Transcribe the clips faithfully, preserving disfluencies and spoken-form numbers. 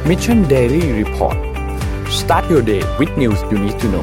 Mission Daily Report Start your day with news you need to know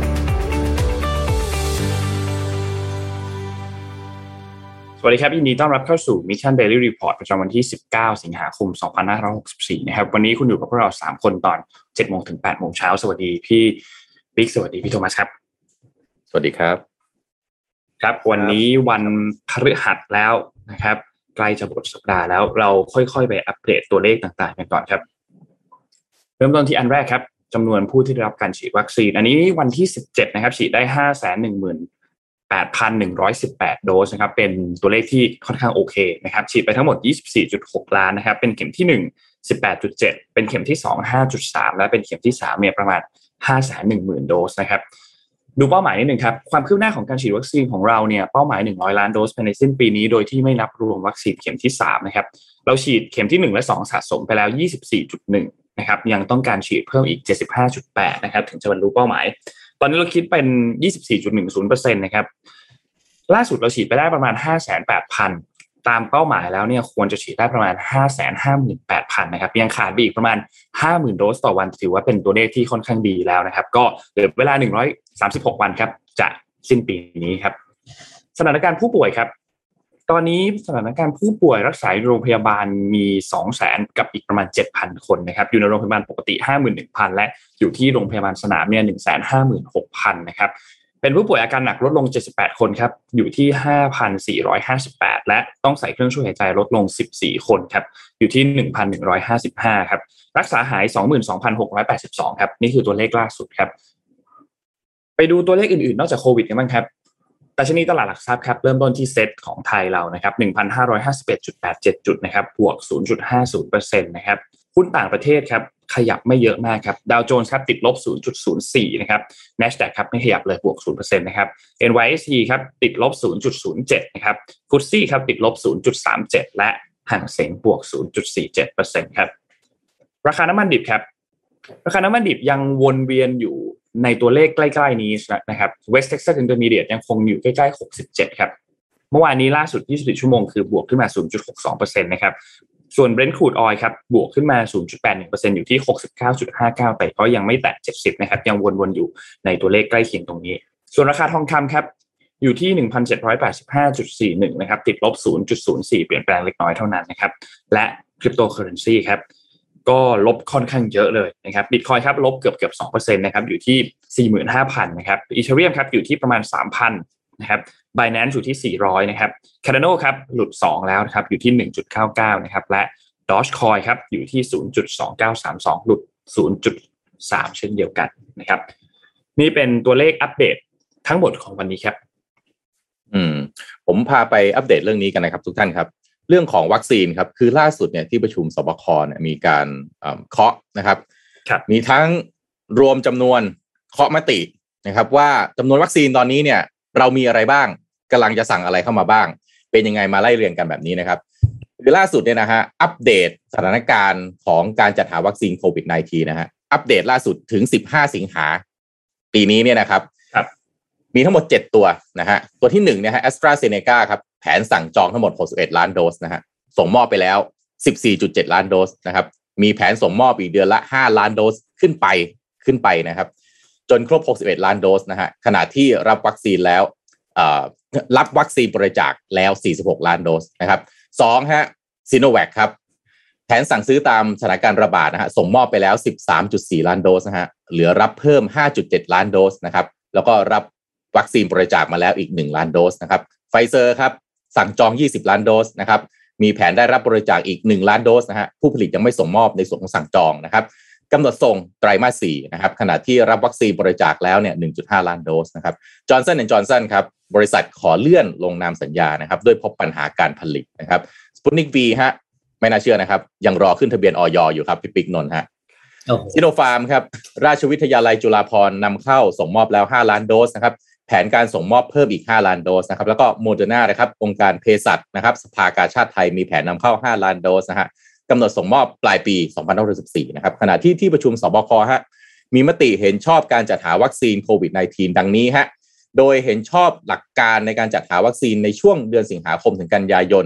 สวัสดีครับยินดีต้อนรับเข้าสู่ Mission Daily Report ประจำวันที่สิบเก้าสิงหาคมสองพันห้าร้อยหกสิบสี่นะครับวันนี้คุณอยู่กับพวกเราสามคนตอน เจ็ดโมง ถึง แปดโมง เช้าสวัสดีพี่บิ๊กสวัสดีพี่โทมัสครับสวัสดีครับครับวันนี้วันพฤหัสแล้วนะครับใกล้จะหมดสัปดาห์แล้วเราค่อยๆไปอัปเดตตัวเลขต่างๆกันก่อนครับเริ่มต้นที่อันแรกครับจำนวนผู้ที่ได้รับการฉีดวัคซีนอันนี้วันที่สิบเจ็ดนะครับฉีดได้ ห้าแสนหนึ่งหมื่นแปดพันหนึ่งร้อยสิบแปด โดสนะครับเป็นตัวเลขที่ค่อนข้างโอเคนะครับฉีดไปทั้งหมด ยี่สิบสี่จุดหก ล้านนะครับเป็นเข็มที่หนึ่ง สิบแปดจุดเจ็ด เป็นเข็มที่สอง ห้าจุดสาม และเป็นเข็มที่สามเนี่ยประมาณ ห้าแสนหนึ่งหมื่น โดสนะครับดูเป้าหมายนิดนึงครับความคืบหน้าของการฉีดวัคซีนของเราเนี่ยเป้าหมายหนึ่งร้อยล้านโดสภายในสิ้นปีนี้โดยที่ไม่นับรวมวัคซีนเข็มที่สามนะครับเราฉีดเข็มที่หนึ่งและสองสะสมไปแล้ว ยี่สิบสี่จุดหนึ่ง นะครับยังต้องการฉีดเพิ่มอีก เจ็ดสิบห้าจุดแปด นะครับถึงจะบรรลุเป้าหมายตอนนี้เราคิดเป็น ยี่สิบสี่จุดหนึ่งศูนย์เปอร์เซ็นต์ นะครับล่าสุดเราฉีดไปได้ประมาณ ห้าแสนแปดพัน ตามเป้าหมายแล้วเนี่ยควรจะฉีดได้ประมาณ ห้าแสนห้าหมื่นแปดพัน นะครับยังขาดอีกประมาณ ห้าหมื่น โดสต่อวันถือว่าเป็นตัวเลขที่ค่อนข้างดีแล้วนะครับก็เหลือเวลาหนึ่งร้อยสามสิบหกวันครับจะสิ้นปีนี้ครับสถานการณ์ผู้ป่วยครับตอนนี้สถานการณ์ผู้ป่วยรักษาในโรงพยาบาลมี สองแสน กับอีกประมาณ เจ็ดพัน คนนะครับอยู่ในโรงพยาบาลปกติ ห้าหมื่นหนึ่งพัน และอยู่ที่โรงพยาบาลสนามเนี่ย หนึ่งแสนห้าหมื่นหกพัน นะครับเป็นผู้ป่วยอาการหนักลดลงเจ็ดสิบแปดคนครับอยู่ที่ ห้าพันสี่ร้อยห้าสิบแปด และต้องใส่เครื่องช่วยหายใจลดลงสิบสี่คนครับอยู่ที่ หนึ่งพันหนึ่งร้อยห้าสิบห้า ครับรักษาหาย สองหมื่นสองพันหกร้อยแปดสิบสอง ครับนี่คือตัวเลขล่าสุดครับไปดูตัวเลขอื่นๆนอกจากโควิดกันบ้างครับดัชนีตลาดหลักทรัพย์ครับเริ่มต้นที่เซ็ตของไทยเรานะครับ หนึ่งพันห้าร้อยห้าสิบเอ็ดจุดแปดเจ็ด จุดนะครับบวก ศูนย์จุดห้าศูนย์เปอร์เซ็นต์ นะครับหุ้นต่างประเทศครับขยับไม่เยอะมากครับดาวโจนส์ครับติดลบ ศูนย์จุดศูนย์สี่ นะครับ NASDAQ ครับไม่ขยับเลยบวก ศูนย์เปอร์เซ็นต์ นะครับ เอ็น วาย เอส อี ครับติดลบ ศูนย์จุดศูนย์เจ็ด นะครับ เอฟ ที เอส อี ครับติดลบ ศูนย์จุดสามเจ็ด และหางเส็งบวก ศูนย์จุดสี่เจ็ดเปอร์เซ็นต์ ครับราคาน้ำมันดิบครับราคาน้ำมันดิบยังวนเวียนอยู่ในตัวเลขใกล้ๆนี้นะครับ West Texas Intermediate ยังคงอยู่ใกล้ๆหกสิบเจ็ดครับเมื่อวานนี้ล่าสุดยี่สิบสี่ชั่วโมงคือบวกขึ้นมา ศูนย์จุดหกสองเปอร์เซ็นต์ นะครับส่วน Brent Crude Oil ครับบวกขึ้นมา ศูนย์จุดแปดหนึ่งเปอร์เซ็นต์ อยู่ที่ หกสิบเก้าจุดห้าเก้า แต่ก็ยังไม่แตะเจ็ดสิบนะครับยังวนๆอยู่ในตัวเลขใกล้เคียงตรงนี้ส่วนราคาทองคำครับอยู่ที่ หนึ่งพันเจ็ดร้อยแปดสิบห้าจุดสี่หนึ่ง นะครับติดลบ ศูนย์จุดศูนย์สี่ เปลี่ยนแปลงเล็กน้อยเท่านั้นนะครับและ Cryptocurrency ครับก็ลบค่อนข้างเยอะเลยนะครับ Bitcoin ครับลบเกือบๆ สองเปอร์เซ็นต์ นะครับอยู่ที่ สี่หมื่นห้าพัน นะครับ Ethereum ครับอยู่ที่ประมาณ สามพัน นะครับ Binance อยู่ที่สี่ร้อยนะครับ Cardano ครับหลุดสองแล้วนะครับอยู่ที่ หนึ่งจุดเก้าเก้า นะครับและ Dogecoin ครับอยู่ที่ ศูนย์จุดสองเก้าสามสอง หลุด ศูนย์จุดสาม เช่นเดียวกันนะครับนี่เป็นตัวเลขอัปเดตทั้งหมดของวันนี้ครับอืมผมพาไปอัปเดตเรื่องนี้กันนะครับทุกท่านครับเรื่องของวัคซีนครับคือล่าสุดเนี่ยที่ประชุมสบคเนี่ยมีการเคาะนะครับมีทั้งรวมจำนวนเคาะมตินะครับว่าจำนวนวัคซีนตอนนี้เนี่ยเรามีอะไรบ้างกำลังจะสั่งอะไรเข้ามาบ้างเป็นยังไงมาไล่เรียงกันแบบนี้นะครับคือล่าสุดเนี่ยนะฮะอัปเดตสถานการณ์ของการจัดหาวัคซีนโควิด สิบเก้า นะฮะอัปเดตล่าสุดถึงสิบห้าสิงหาปีนี้เนี่ยนะครับมีทั้งหมดเจ็ดตัวนะฮะตัวที่หนึ่งเนี่ยฮะ AstraZeneca ครับแผนสั่งจองทั้งหมดหกสิบเอ็ดล้านโดสนะฮะส่งมอบไปแล้ว สิบสี่จุดเจ็ด ล้านโดสนะครับมีแผนส่งมอบอีกเดือนละห้าล้านโดสขึ้นไปขึ้นไปนะครับจนครบหกสิบเอ็ดล้านโดสนะฮะขณะที่รับวัคซีนแล้วเอ่อรับวัคซีนบริจาคแล้วสี่สิบหกล้านโดสนะครับสองฮะ Sinovac ครับแผนสั่งซื้อตามสถานการณ์ระบาดนะฮะส่งมอบไปแล้ว สิบสามจุดสี่ ล้านโดสนะฮะเหลือรับเพิ่ม ห้าจุดเจ็ด ล้านโดสนะครับแล้วก็รับวัคซีนบริจาคมาแล้วอีกหนึ่งล้านโดสนะครับไฟเซอร์ครับสั่งจองยี่สิบล้านโดสนะครับมีแผนได้รับบริจาคอีกหนึ่งล้านโดสนะฮะผู้ผลิตยังไม่ส่งมอบในส่วนของสั่งจองนะครับกำหนดส่งไตรมาสสี่นะครับขณะที่รับวัคซีนบริจาคแล้วเนี่ย หนึ่งจุดห้า ล้านโดสนะครับ Johnson แอนด์ Johnson ครับบริษัทขอเลื่อนลงนามสัญญานะครับด้วยพบปัญหาการผลิตนะครับ Sputnik V ฮะไม่น่าเชื่อนะครับยังรอขึ้นทะเบียนอย.อยู่ครับพี่ปิ๊กนนท์ฮะซิโนฟาร์มครับราชวิทยาลัยจุฬาภรณ์นำเข้าส่งมอบแล้วห้าล้านโดสนะครับแผนการส่งมอบเพิ่มอีกห้าล้านโดสนะครับแล้วก็โมเดอร์นานะครับองค์การเภสัชนะครับสภากาชาดไทยมีแผนนำเข้าห้าล้านโดสนะฮะกำหนดส่งมอบปลายปีสองพันห้าร้อยสิบสี่นะครับขณะที่ที่ประชุมสบคฮะมีมติเห็นชอบการจัดหาวัคซีนโควิด สิบเก้า ดังนี้ฮะโดยเห็นชอบหลักการในการจัดหาวัคซีนในช่วงเดือนสิงหาคมถึงกันยายน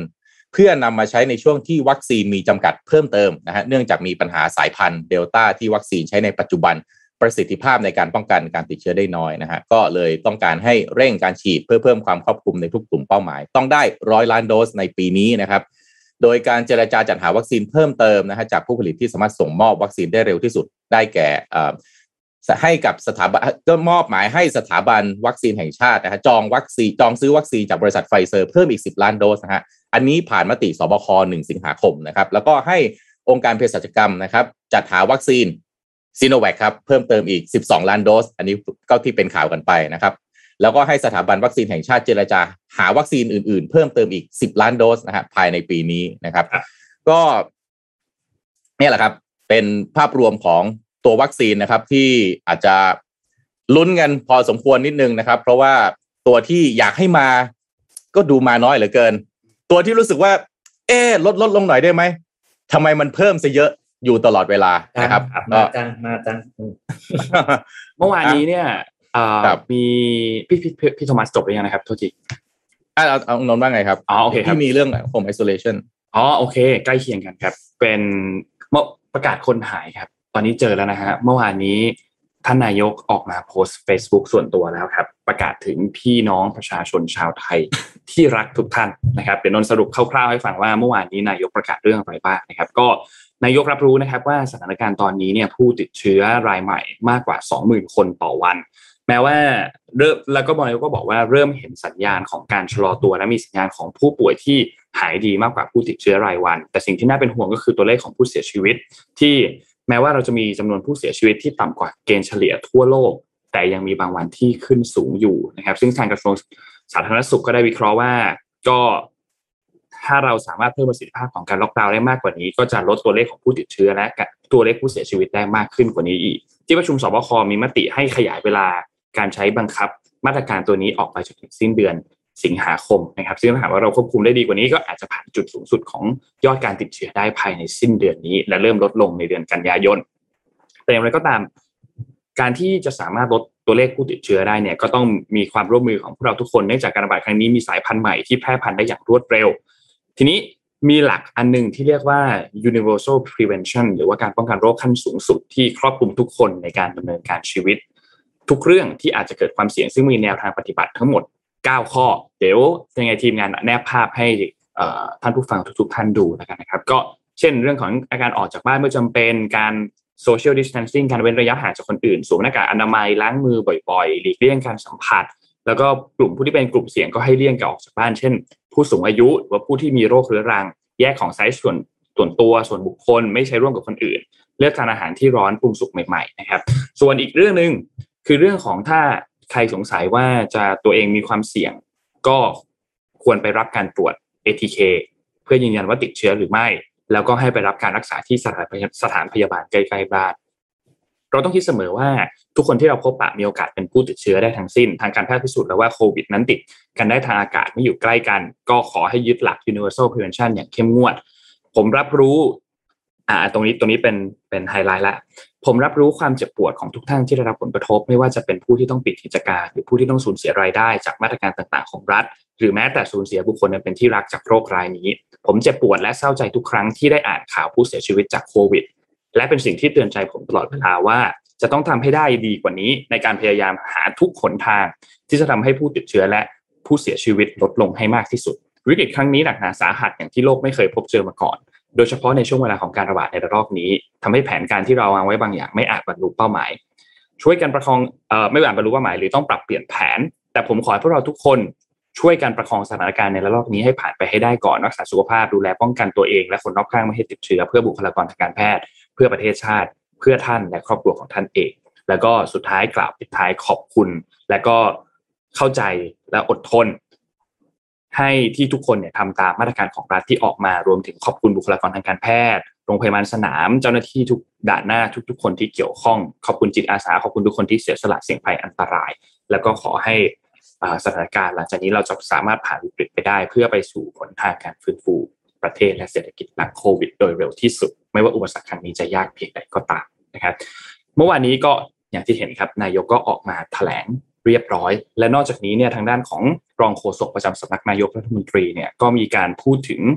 เพื่อนำมาใช้ในช่วงที่วัคซีนมีจำกัดเพิ่มเติมนะฮะเนื่องจากมีปัญหาสายพันธุ์เดลต้าที่วัคซีนใช้ในปัจจุบันประสิทธิภาพในการป้องกันการติดเชื้อได้น้อยนะฮะก็เลยต้องการให้เร่งการฉีดเพื่อเพิ่มความครอบคลุมในทุกกลุ่มเป้าหมายต้องได้ร้อยล้านโดสในปีนี้นะครับโดยการเจรจาจัดหาวัคซีนเพิ่มเติมนะฮะจากผู้ผลิตที่สามารถส่งมอบวัคซีนได้เร็วที่สุดได้แก่ให้กับสถาบันก็มอบหมายให้สถาบันวัคซีนแห่งชาตินะฮะจองวัคซีนจองซื้อวัคซีนจากบริษัทไฟเซอร์เพิ่มอีกสิบล้านโดสนะฮะอันนี้ผ่านมติสบคหนึ่งสิงหาคมนะครับแล้วก็ให้องค์การเภสัชกรรมนะครับจัดหาวัคซีนซิโนแวคครับเพิ่มเติมอีกสิบสองล้านโดสอันนี้ก็ที่เป็นข่าวกันไปนะครับแล้วก็ให้สถาบันวัคซีนแห่งชาติเจรจาหาวัคซีนอื่นๆเพิ่มเติมอีกสิบล้านโดสนะฮะภายในปีนี้นะครับก็เนี่ยแหละครับเป็นภาพรวมของตัววัคซีนนะครับที่อาจจะลุ้นกันพอสมควรนิดนึงนะครับเพราะว่าตัวที่อยากให้มาก็ดูมาน้อยเหลือเกินตัวที่รู้สึกว่าเอ๊ะลดลดลงหน่อยได้ไหมทำไมมันเพิ่มซะเยอะอยู่ตลอดเวลานะครับมาจังมาจังเมื่อวานนี้เนี่ยมีพี่พี่พี่โทมัสจบหรือยังนะครับโทษทีอ่าเอาเอานนท์ว่าไงครับอ๋อโอเคครับที่มีเรื่อง home isolation อ๋อโอเคใกล้เคียงกันครับเป็นประกาศคนหายครับตอนนี้เจอแล้วนะฮะเมื่อวานนี้ท่านนายกออกมาโพสต์ Facebook ส่วนตัวแล้วครับประกาศถึงพี่น้องประชาชนชาวไทยที่รักทุกท่านนะครับเดี๋ยวนนท์สรุปคร่าวๆให้ฟังว่าเมื่อวานนี้นายกประกาศเรื่องอะไรบ้างนะครับก็นายกรับรู้นะครับว่าสถานการณ์ตอนนี้เนี่ยผู้ติดเชื้อรายใหม่มากกว่า สองหมื่น คนต่อวันแม้ว่าเริ่มแล้วก็นายกก็บอกว่าเริ่มเห็นสัญญาณของการชะลอตัวและมีสัญญาณของผู้ป่วยที่หายดีมากกว่าผู้ติดเชื้อรายวันแต่สิ่งที่น่าเป็นห่วงก็คือตัวเลขของผู้เสียชีวิตที่แม้ว่าเราจะมีจำนวนผู้เสียชีวิตที่ต่ำกว่าเกณฑ์เฉลี่ยทั่วโลกแต่ยังมีบางวันที่ขึ้นสูงอยู่นะครับซึ่งทางกระทรวงสาธารณสุขก็ได้วิเคราะห์ว่าก็ถ้าเราสามารถเพิ่มประสิทธิภาพของการล็อกดาวน์ได้มากกว่านี้ก็จะลดตัวเลขของผู้ติดเชื้อและตัวเลขผู้เสียชีวิตได้มากขึ้นกว่านี้อีกที่ประชุมสบคมีมติให้ขยายเวลาการใช้บังคับมาตรการตัวนี้ออกไปจนถึงสิ้นเดือนสิงหาคมนะครับซึ่งถ้าหากว่าเราควบคุมได้ดีกว่านี้ก็อาจจะผ่านจุดสูงสุดของยอดการติดเชื้อได้ภายในสิ้นเดือนนี้และเริ่มลดลงในเดือนกันยายนแต่อย่างไรก็ตามการที่จะสามารถลดตัวเลขผู้ติดเชื้อได้เนี่ยก็ต้องมีความร่วมมือของพวกเราทุกคนเนื่องจากการระบาดครั้งนี้มีสายพันธุ์ใหม่ที่แพร่พันธุ์ได้อย่างรวดเร็วทีนี้มีหลักอันนึงที่เรียกว่า universal prevention หรือว่าการป้องกันโรคขั้นสูงสุดที่ครอบคลุมทุกคนในการดำเนินการชีวิตทุกเรื่องที่อาจจะเกิดความเสี่ยงซึ่งมีแนวทางปฏิบัติทั้งหมดเก้าข้อเดี๋ยวยังไงทีมงานแนบภาพให้ท่านผู้ฟังทุกๆท่านดูแล้วกันนะครับก็เช่นเรื่องของอาการออกจากบ้านเมื่อจำเป็นการ social distancing การเว้นระยะห่างจากคนอื่นสวมหน้ากากอนามัยล้างมือบ่อยๆหลีกเลี่ยงการสัมผัสแล้วก็กลุ่มผู้ที่เป็นกลุ่มเสี่ยงก็ให้เลี่ยงการออกจากบ้านเช่นผู้สูงอายุหรือว่าผู้ที่มีโรคเรื้อรังแยกของไซส์ส่วนส่วนตัวส่วนบุคคลไม่ใช้ร่วมกับคนอื่นเลือกทานอาหารที่ร้อนปรุงสุกใหม่ๆนะครับส่วนอีกเรื่องนึงคือเรื่องของถ้าใครสงสัยว่าจะตัวเองมีความเสี่ยงก็ควรไปรับการตรวจ เอ ที เค เพื่อยืนยันว่าติดเชื้อหรือไม่แล้วก็ให้ไปรับการรักษาที่สถานพยาบาลใกล้ๆบ้านเราต้องคิดเสมอว่าทุกคนที่เราพบปะมีโอกาสเป็นผู้ติดเชื้อได้ทั้งสิ้นทางการแพทย์พิสูจน์แล้วว่าโควิดนั้นติดกันได้ทางอากาศไม่อยู่ใกล้กันก็ขอให้ยึดหลัก universal prevention อย่างเข้มงวดผมรับรู้อ่าตรงนี้ตรงนี้เป็นเป็นไฮไลท์ละผมรับรู้ความเจ็บปวดของทุกท่านที่ได้รับผลกระทบไม่ว่าจะเป็นผู้ที่ต้องปิดกิจการหรือผู้ที่ต้องสูญเสียรายได้จากมาตรการต่างๆของรัฐหรือแม้แต่สูญเสียบุคคลอันเป็นที่รักจากโรครายนี้ผมเจ็บปวดและเศร้าใจทุกครั้งที่ได้อ่านข่าวผู้เสียชีวิตจากโควิดและเป็นสิ่งที่เตือนใจผมตลอดเวลาว่าจะต้องทำให้ได้ดีกว่านี้ในการพยายามหาทุกหนทางที่จะทำให้ผู้ติดเชื้อและผู้เสียชีวิตลดลงให้มากที่สุดวิกฤตครั้งนี้หนักหนาสาหัสอย่างที่โลกไม่เคยพบเจอมาก่อนโดยเฉพาะในช่วงเวลาของการระบาดในระลอกนี้ทำให้แผนการที่เราวางไว้บางอย่างไม่อาจบรรลุเป้าหมายช่วยกันประคองเอ่อไม่อาจบรรลุเป้าหมายหรือต้องปรับเปลี่ยนแผนแต่ผมขอให้พวกเราทุกคนช่วยกันประคองสถานการณ์ในระลอกนี้ให้ผ่านไปให้ได้ก่อนรักษาสุขภาพดูแลป้องกันตัวเองและคนรอบข้างไม่ให้ติดเชื้อเพื่อบุคลากรทางการแพทย์เพื่อประเทศชาติเพื่อท่านและครอบครัวของท่านเองแล้วก็สุดท้ายกล่าวปิดท้ายขอบคุณและก็เข้าใจและอดทนให้ที่ทุกคนเนี่ยทำตามมาตรการของรัฐที่ออกมารวมถึงขอบคุณบุคลากรทางการแพทย์โรงพยาบาลสนามเจ้าหน้าที่ทุกด่านหน้าทุกๆคนที่เกี่ยวข้องขอบคุณจิตอาสาขอบคุณทุกคนที่เสียสละเสี่ยงภัยอันตรายแล้วก็ขอให้สถานการณ์หลังจากนี้เราจะสามารถผ่านวิกฤตไปได้เพื่อไปสู่หนทางการฟื้นฟูประเทศและเศรษฐกิจหลังโควิดโดยเร็วที่สุดไม่ว่าอุปสรรคครั้งนี้จะยากเพียงใดก็ตามนะครับเมื่อวานนี้ก็อย่างที่เห็นครับนายกก็ออกมาแถลงเรียบร้อยและนอกจากนี้เนี่ยทางด้านของรองโฆษกประจำสำนักนายกรัฐมนตรีเนี่ยก็มีการพูดถึง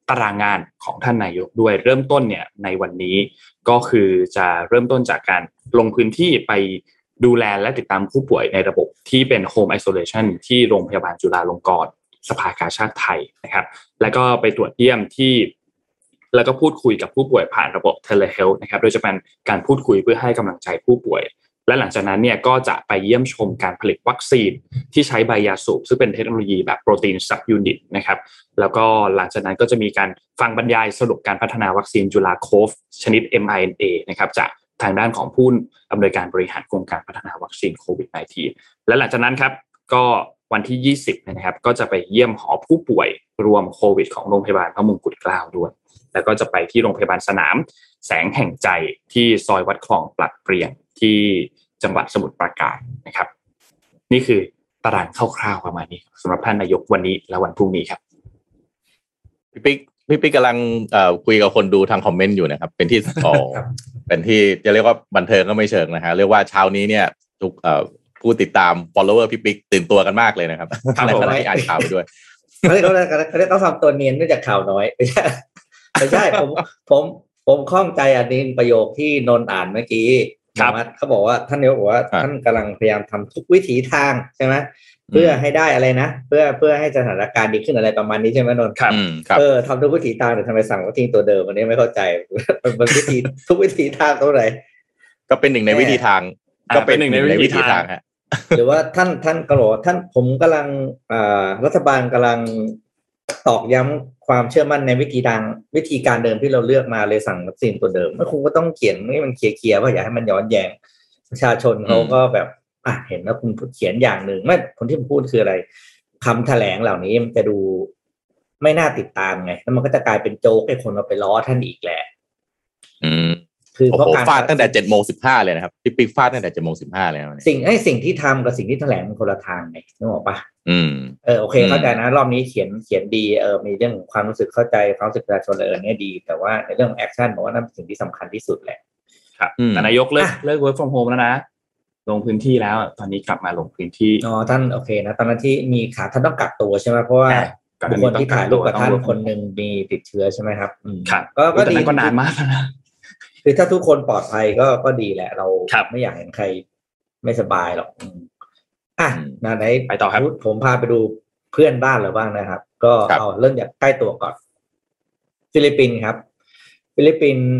ตารางงานของท่านนายกด้วยเริ่มต้นเนี่ยในวันนี้ก็คือจะเริ่มต้นจากการลงพื้นที่ไปดูแลและติดตามผู้ป่วยในระบบที่เป็น Home Isolation ที่โรงพยาบาลจุฬาลงกรณ์สภากาชาดไทยนะครับแล้วก็ไปตรวจเยี่ยมที่แล้วก็พูดคุยกับผู้ป่วยผ่านระบบ Telehealth นะครับโดยจะเป็นการพูดคุยเพื่อให้กำลังใจผู้ป่วยและหลังจากนั้นเนี่ยก็จะไปเยี่ยมชมการผลิตวัคซีนที่ใช้ใบยาสูบซึ่งเป็นเทคโนโลยีแบบโปรตีนซับยูนิตนะครับแล้วก็หลังจากนั้นก็จะมีการฟังบรรยายสรุปการพัฒนาวัคซีนจุฬาโคฟชนิด เอ็ม ไอ เอ็น เอ นะครับจากทางด้านของผู้อำนวยการบริหารโครงการพัฒนาวัคซีนโควิด สิบเก้า และหลังจากนั้นครับก็วันที่ยี่สิบนะครับก็จะไปเยี่ยมหอผู้ป่วยรวมโควิดของโรงพยาบาลพระมงกุฎเกล้าด้วยแล้วก็จะไปที่โรงพยาบาลสนามแสงแห่งใจที่ซอยวัดคลองปลัดเปลี่ยนที่จังหวัดสมุทรปราการนะครับนี่คือตารางคร่าวๆประมาณนี้สำหรับท่านนายกวันนี้และวันพรุ่งนี้ครับพี่ปิ๊กพี่ปิ๊กกำลังเอ่อคุยกับคนดูทางคอมเมนต์อยู่นะครับเป็นที่อ๋อเป็นที่จะเรียกว่าบันเทิงก็ไม่เชิงนะฮะเรียกว่าเช้านี้เนี่ยทุกเอ่อผู้ติดตาม follower พี่ปิ๊กตื่นตัวกันมากเลยนะครับในขณะที่อ่านข่าวไปด้วยเขาเรียกเขาเรียกต้องทำตัวเนียนเนื่องจากข่าวน้อยไม่ใช่ไม่ใช่ผมผมผมข้องใจอันนี้ประโยคที่นนท์อ่านเมื่อกี้เขาบอกว่าท่านนายกบอกว่าท่านกำลังพยายามทำทุกวิถีทางใช่ไหมเพื่อให้ได้อะไรนะเพื่อเพื่อให้สถานการณ์ดีขึ้นอะไรประมาณนี้ใช่ไหมนนท์ครับเออทำทุกวิถีทางแต่ทำไมสั่งวัคซีนตัวเดิมอันนี้ไม่เข้าใจมันวิธีทุกวิถีทางเท่าไหร่ก็เป็นหนึ่งในวิธีทางก็เป็นหนึ่งในวิธีทางฮะหรือว่าท่านท่านก็บอกท่านผมกำลังอ่ารัฐบาลกำลังตอกย้ำความเชื่อมั่นในวิธีทางวิธีการเดิมที่เราเลือกมาเลยสั่งวัคซีนตัวเดิมไม่คงก็ต้องเขียนให้มันเคลียร์ๆว่าอย่าให้มันย้อนแย้งประชาชนเขาก็แบบอ่ะเห็นแล้วคุณเขียนอย่างหนึ่งไม่คนที่ผมพูดคืออะไรคำแถลงเหล่านี้มันจะดูไม่น่าติดตามไงแล้วมันก็จะกลายเป็นโจ๊กให้คนเอาไปล้อท่านอีกแหละอืมคือเพราะการฟาดตั้งแต่เจ็ดโมงสิบห้าเลยนะครับพี่ปิ๊กฟาดตั้งแต่เจ็ดโมงสิบห้าเลยนะสิ่งไอ้สิ่งที่ทำกับสิ่งที่แถลงมันคนละทางไงนึกออกปะอืมเออโอเคเข้าใจนะรอบนี้เขียนเขียนดีเออมีเรื่องความรู้สึกเข้าใจความรู้สึกประชาชนเออเนี่ยดีแต่ว่าในเรื่องของแอคชั่นบอกว่านั่นเป็นสิ่งที่สำคัญที่สุดแหละครับแต่นายกเลิกเลิก work from home แล้วนะลงพื้นที่แล้วตอนนี้กลับมาลงพื้นที่อ๋อท่านโอเคนะตอนนั้นที่มีขาท่านต้องกักตัวใช่ไหมเพราะว่าบุคคลที่ถ่ายรูปกับท่านคนหนึ่งมีติดเชื้อใช่ไหมครับครับก็ก็ดีก็นานมากแล้วนะคือถ้าทุกคนปลอดภัยก็ก็ดีแหละเราไม่อยากเห็นใครไม่สบายหรอกอ่ะนะไหนไปต่อครับผมพาไปดูเพื่อนบ้านเราบ้างนะครับก็เอาเริ่มจากใกล้ตัวก่อนฟิลิปปินส์ครับฟิลิปปินส์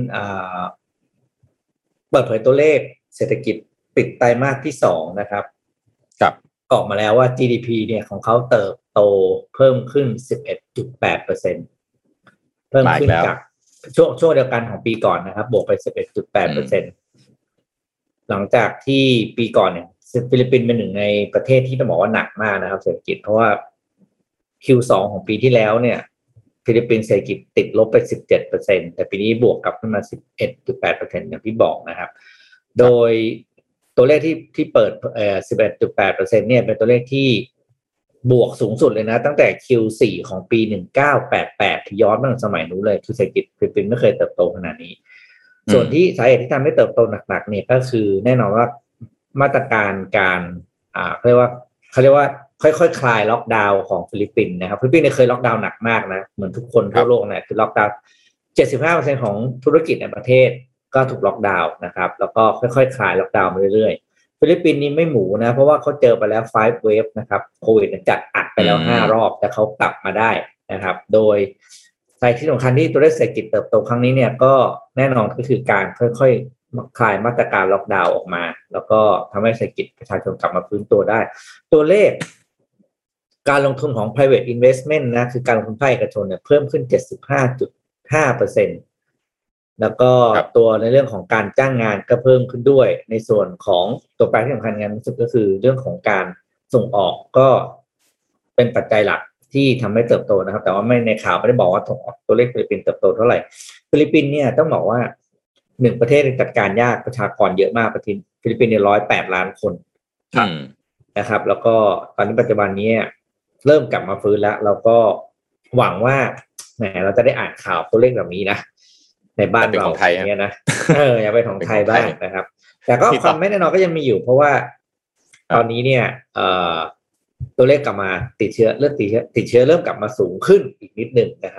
เปิดเผยตัวเลขเศรษฐกิจปิดไตรมาสที่สองนะครับครับออกมาแล้วว่า จี ดี พี เนี่ยของเขาเติบโตเพิ่มขึ้น สิบเอ็ดจุดแปดเปอร์เซ็นต์ เพิ่มขึ้นจากช่วงช่วงเดียวกันของปีก่อนนะครับบวกไป สิบเอ็ดจุดแปดเปอร์เซ็นต์ หลังจากที่ปีก่อนเนี่ยฟิลิปปินส์เป็นหนึ่งในประเทศที่ต้องบอกว่าหนักมากนะครับเศรษฐกิจเพราะว่า คิว สอง ของปีที่แล้วเนี่ยฟิลิปปินส์เศรษฐกิจติดลบไป สิบเจ็ดเปอร์เซ็นต์ แต่ปีนี้บวกกลับขึ้นมา สิบเอ็ดจุดแปดเปอร์เซ็นต์ อย่างที่บอกนะครับโดยตัวเลขที่ที่เปิดเอ่อ สิบเอ็ดจุดแปดเปอร์เซ็นต์ เนี่ยเป็นตัวเลขที่บวกสูงสุดเลยนะตั้งแต่ คิว โฟร์ ของปีหนึ่งพันเก้าร้อยแปดสิบแปดที่ย้อนมาถึงสมัยนู้นเลยคือเศรษฐกิจฟิลิปปินส์ไม่เคยเติบโตขนาดนี้ส่วนที่สาเหตุที่ทำให้เติบโตหนักๆเนี่ยก็คือแน่นอนว่ามาตรการการอ่าเรียกว่าเขาเรียกว่าค่อยๆ ค, คลายล็อกดาวน์ของฟิลิปปินส์นะครับฟิลิปปินส์เนี่ยเคยล็อกดาวน์หนักมากนะเหมือนทุกคนทั่วโลกเนี่ยคือล็อกดาวน์ เจ็ดสิบห้าเปอร์เซ็นต์ ของธุรกิจในประเทศก็ถูกล็อกดาวน์นะครับแล้วก็ค่อยๆ คลายล็อกดาวน์มาเรื่อยๆฟิลิปปินส์นี่ไม่หมูนะเพราะว่าเขาเจอไปแล้วห้า wave นะครับโควิดจัดอัดไปแล้วห้ารอบแต่เขากลับมาได้นะครับโดยสาเหตุที่สำคัญที่ตัวเลขเศรษฐกิจเติบโตครั้งนี้เนี่ยก็แน่นอนก็คือการค่อยๆคลายมาตรการล็อกดาวน์ออกมาแล้วก็ทำให้เศรษฐกิจประชาชนกลับมาฟื้นตัวได้ตัวเลขการลงทุนของ private investment นะคือการลงทุนภาคเอกชนเนี่ยเพิ่มขึ้น เจ็ดสิบห้าจุดห้าเปอร์เซ็นต์ แล้วก็ตัวในเรื่องของการจ้างงานก็เพิ่มขึ้นด้วยในส่วนของตัวแปรที่สำคัญงานสุดก็คือเรื่องของการส่งออกก็เป็นปัจจัยหลักที่ทำให้เติบโตนะครับแต่ว่าไม่ในข่าวไม่ได้บอกว่าตัวเลขฟิลิปปินส์เติบโตเท่าไหร่ฟิลิปปินส์เนี่ยต้องบอกว่าหนึ่งประเทศจัดการยากประชากรเยอะมากประเทศฟิลิปปินส์เนี่ยหนึ่งร้อยแปดล้านคนนะครับแล้วก็ตอนนี้ปัจจุบันนี้เริ่มกลับมาฟื้นแล้วเราก็หวังว่าแหมเราจะได้อ่านข่าวตัวเลขแบบนี้นะในบ้านเราอย่างเงี้ยนะเอออย่าไปของไทยบ้างนะครับแต่ก็ความไม่แน่นอนก็ยังมีอยู่เพราะว่าตอนนี้เนี่ยเอ่อตัวเลขกลับมาติดเชื้อเริ่มติดเชื้อติดเชื้อเริ่มกลับมาสูงขึ้นอีกนิดนึงนะครับ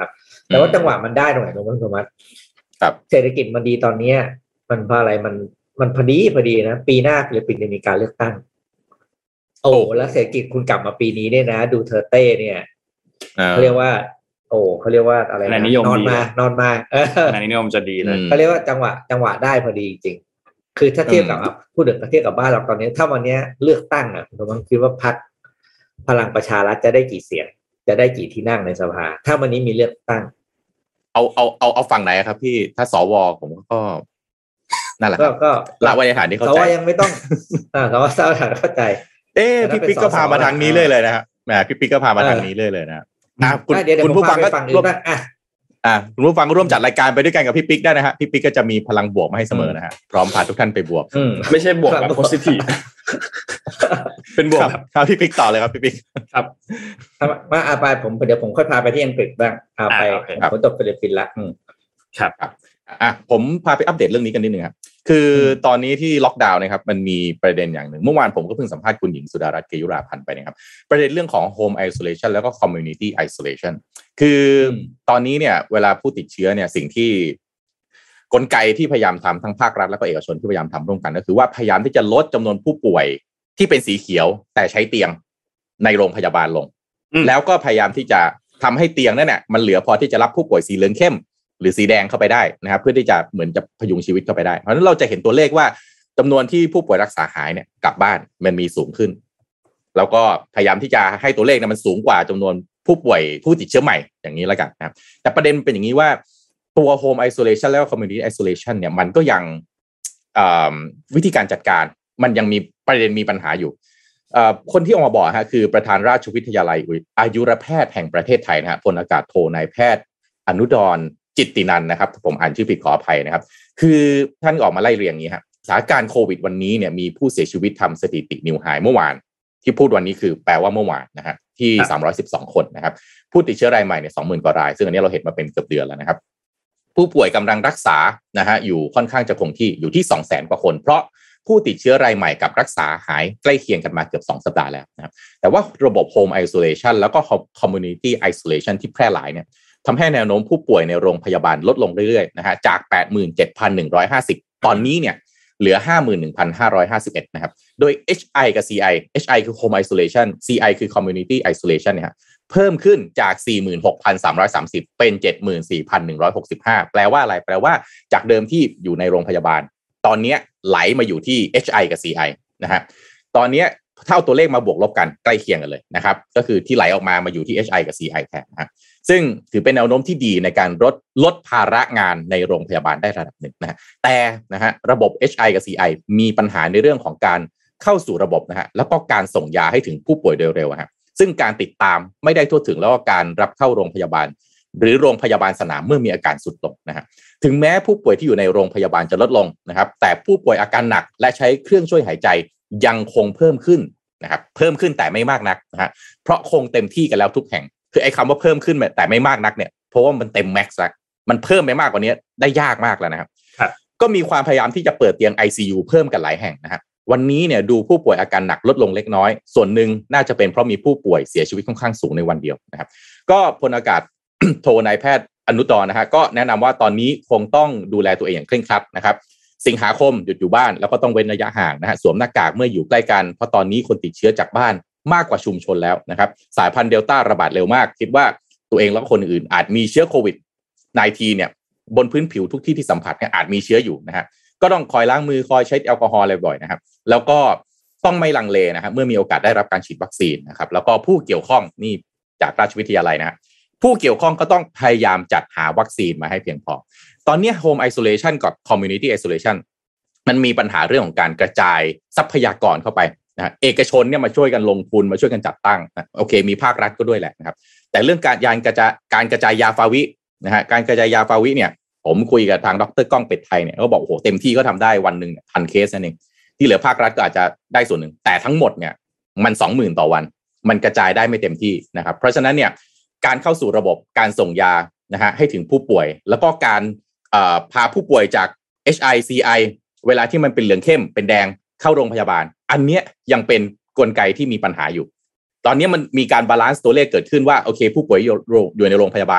แต่ว่าจังหวะมันได้ตรงไหนตรงนั้นสมัติเศรษฐกิจมันดีตอนนี้มันเพราะอะไรมันมันพอดีพอดีนะปีหน้าฟิลิปปินส์จะมีการเลือกตั้งโอ้แล้วเศรษฐกิจคุณกลับมาปีนี้เนี่ยนะดูเทอร์เต้เนี่ยเขาเรียกว่าโอ้เขาเรียกว่าอะไรนะนอนมานอนมาเออนายนิยมจะดีเลยเขาเรียกว่าจังหวะจังหวะได้พอดีจริงคือถ้าเทียบกับพูดถึงเทียบกับบ้านเราตอนนี้ถ้าวันนี้เลือกตั้งอ่ะผมคิดว่าพรรคพลังประชารัฐจะได้กี่เสียงจะได้กี่ที่นั่งในสภาถ้าวันนี้มีเลือกตั้งเอาเอาเอาเอาฝั่งไหนครับพี่ถ้าสวผมก็นั่นแหละก็ละไว้ในฐานที่เข้าใจสวยังไม่ต้องอ่าสวสวเข้าใจเอ๊ะพี่ปิ๊กก็พามาทางนี้เลยเลยนะฮะแหมพี่ปิ๊กก็พามาทางนี้เลยเลยนะอ่ะคุณคุณผู้ฟังก็ร่วมอ่ะอ่ะคุณผู้ฟังก็ร่วมจัดรายการไปด้วยกันกับพี่ปิ๊กได้นะฮะพี่ปิ๊กก็จะมีพลังบวกมาให้เสมอนะฮะพร้อมพาทุกท่านไปบวกไม่ใช่บวกแบบ positive เป็นบวกครับพี่ปิ๊กต่อเลยครับพี่ปิ๊กครับมาอาไปผมเดี๋ยวผมค่อยพาไปที่อังกฤษบ้างเอาไปผมจบฟิลิปปินส์ละครับอ่ะผมพาไปอัปเดตเรื่องนี้กันนิดนึงครับคือตอนนี้ที่ล็อกดาวน์นะครับมันมีประเด็นอย่างหนึ่งเมื่อวานผมก็เพิ่งสัมภาษณ์คุณหญิงสุดารัตน์เกยุราพันธ์ไปนะครับประเด็นเรื่องของ home isolation แล้วก็ community isolation คือตอนนี้เนี่ยเวลาผู้ติดเชื้อเนี่ยสิ่งที่กลไกที่พยายามทำทั้งภาครัฐและก็เอกชนที่พยายามทำร่วมกันก็คือว่าพยายามที่จะลดจำนวนผู้ป่วยที่เป็นสีเขียวแต่ใช้เตียงในโรงพยาบาลลงแล้วก็พยายามที่จะทำให้เตียงนั่นเนี่ยมันเหลือพอที่จะรับผู้ป่วยสีเหลืองเข้มหรือสีแดงเข้าไปได้นะครับเพื่อที่จะเหมือนจะพยุงชีวิตเข้าไปได้เพราะฉะนั้นเราจะเห็นตัวเลขว่าจำนวนที่ผู้ป่วยรักษาหายเนี่ยกลับบ้านมันมีสูงขึ้นแล้วก็พยายามที่จะให้ตัวเลขเนี่ยมันสูงกว่าจำนวนผู้ป่วยผู้ติดเชื้อใหม่อย่างนี้แล้วกันนะครับแต่ประเด็นเป็นอย่างนี้ว่าตัว home isolation แล้วก็ community isolation เนี่ยมันก็ยังวิธีการจัดการมันยังมีประเด็นมีปัญหาอยู่คนที่ออกมาบอกฮะคือประธานราชวิทยาลัยอายุรแพทย์แห่งประเทศไทยนะฮะพลอากาศโทนายแพทย์อนุดรจิตตินันนะครับผมอ่านชื่อผิดขออภัยนะครับคือท่านออกมาไล่เรียงนี้ฮะสถานการณ์โควิดวันนี้เนี่ยมีผู้เสียชีวิตทำสถิตินิวไฮเมื่อวานที่พูดวันนี้คือแปลว่าเมื่อวานนะฮะที่สามร้อยสิบสองคนนะครับผู้ติดเชื้อรายใหม่เนี่ย สองหมื่น กว่ารายซึ่งอันนี้เราเห็นมาเป็นเกือบเดือนแล้วนะครับผู้ป่วยกำลังรักษานะฮะอยู่ค่อนข้างจะคงที่อยู่ที่ สองแสน กว่าคนเพราะผู้ติดเชื้อรายใหม่กับรักษาหายใกล้เคียงกันมาเกือบสองสัปดาห์แล้วนะครับแต่ว่าระบบ home isolation แล้วก็ community isolation ที่แพร่หลายเนี่ยทำให้แนวโน้มผู้ป่วยในโรงพยาบาลลดลงเรื่อยๆนะฮะจาก แปดหมื่นเจ็ดพันหนึ่งร้อยห้าสิบ ตอนนี้เนี่ยเหลือ ห้าหมื่นหนึ่งพันห้าร้อยห้าสิบเอ็ด นะครับโดย เอช ไอ กับ ซี ไอ เอช ไอ คือ home isolation ซี ไอ คือ community isolation เนี่ยเพิ่มขึ้นจาก สี่หมื่นหกพันสามร้อยสามสิบ เป็น เจ็ดหมื่นสี่พันหนึ่งร้อยหกสิบห้า แปลว่าอะไรแปลว่าจากเดิมที่อยู่ในโรงพยาบาลตอนนี้ไหลมาอยู่ที่ เอช ไอ กับ ซี ไอ นะฮะตอนนี้เท่าตัวเลขมาบวกลบกันใกล้เคียงกันเลยนะครับก็คือที่ไหลออกมามาอยู่ที่ เอช ไอ กับ ซี ไอ แทนนะฮะซึ่งถือเป็นแนวโน้มที่ดีในการลดลดภาระงานในโรงพยาบาลได้ระดับหนึ่งนะฮะแต่นะฮะระบบ เอช ไอ กับ ซี ไอ มีปัญหาในเรื่องของการเข้าสู่ระบบนะฮะแล้วก็การส่งยาให้ถึงผู้ป่วยโดยเร็วฮะซึ่งการติดตามไม่ได้ทั่วถึงแล้วก็การรับเข้าโรงพยาบาลหรือโรงพยาบาลสนามเมื่อมีอาการสุดลงนะฮะถึงแม้ผู้ป่วยที่อยู่ในโรงพยาบาลจะลดลงนะครับแต่ผู้ป่วยอาการหนักและใช้เครื่องช่วยหายใจยังคงเพิ่มขึ้นนะครับเพิ่มขึ้นแต่ไม่มากนักนะฮะเพราะคงเต็มที่กันแล้วทุกแห่งคือไอ้คำว่าเพิ่มขึ้นแต่ไม่มากนักเนี่ยเพราะว่ามันเต็มแม็กซ์แล้วมันเพิ่มไปมากกว่านี้ได้ยากมากแล้วนะครับก็มีความพยายามที่จะเปิดเตียง ไอ ซี ยู เพิ่มกันหลายแห่งนะฮะวันนี้เนี่ยดูผู้ป่วยอาการหนักลดลงเล็กน้อยส่วนหนึ่งน่าจะเป็นเพราะมีผู้ป่วยเสียชีวิตค่อนข้างสูงในวันเดียวนะครับก็พลอากาศ โทนายแพทย์อนุดรนะฮะก็แนะนำว่าตอนนี้คงต้องดูแลตัวเองอย่างเคร่งครัดนะครับสิงหาคมหยุดอยู่บ้านแล้วก็ต้องเว้นระยะห่างนะฮะสวมหน้ากากเมื่ออยู่ใกล้กันเพราะตอนนี้คนติดเชื้อจากบ้านมากกว่าชุมชนแล้วนะครับสายพันธุ์เดลต้าระบาดเร็วมากคิดว่าตัวเองแล้วก็คนอื่นอาจมีเชื้อโควิด สิบเก้า เนี่ยบนพื้นผิวทุกที่ที่สัมผัสเนี่ยอาจมีเชื้ออยู่นะฮะก็ต้องคอยล้างมือคอยใช้แอลกอฮอล์บ่อยๆนะครับแล้วก็ต้องไม่ลังเลนะครับเมื่อมีโอกาสได้รับการฉีดวัคซีนนะครับแล้วก็ผู้เกี่ยวข้องนี่จากราชวิทยาลัยนะฮะผู้เกี่ยวข้องก็ต้องพยายามจัดหาวัคซีนมาให้เพียงพอตอนนี้ home isolation กับ community isolation มันมีปัญหาเรื่องของการกระจายทรัพยากรเข้าไปนะเอกชนเนี่ยมาช่วยกันลงทุนมาช่วยกันจัดตั้งนะโอเคมีภาครัฐก็ด้วยแหละนะครับแต่เรื่องการยานกระจายการกระจายยาฟาวินะฮะการกระจายยาฟาวิเนี่ยผมคุยกับทางดร.ก้องเป็ดไทยเนี่ยเขาบอกโอ้โหเต็มที่ก็ทำได้วันหนึ่งพันเคสนั่นเองที่เหลือภาครัฐก็อาจจะได้ส่วนหนึ่งแต่ทั้งหมดเนี่ยมัน สองหมื่น ต่อวันมันกระจายได้ไม่เต็มที่นะครับเพราะฉะนั้นเนี่ยการเข้าสู่ระบบการส่งยานะฮะให้ถึงผู้ป่วยแล้วก็การพาผู้ป่วยจาก เอช ไอ ซี ไอ เวลาที่มันเป็นเหลืองเข้มเป็นแดงเข้าโรงพยาบาลอันเนี้ยยังเป็นกลไกที่มีปัญหาอยู่ตอนนี้มันมีการบาลานซ์ตัวเลขเกิดขึ้นว่าโอเคผู้ป่วยอยู่อยู่ในโรงพยาบาล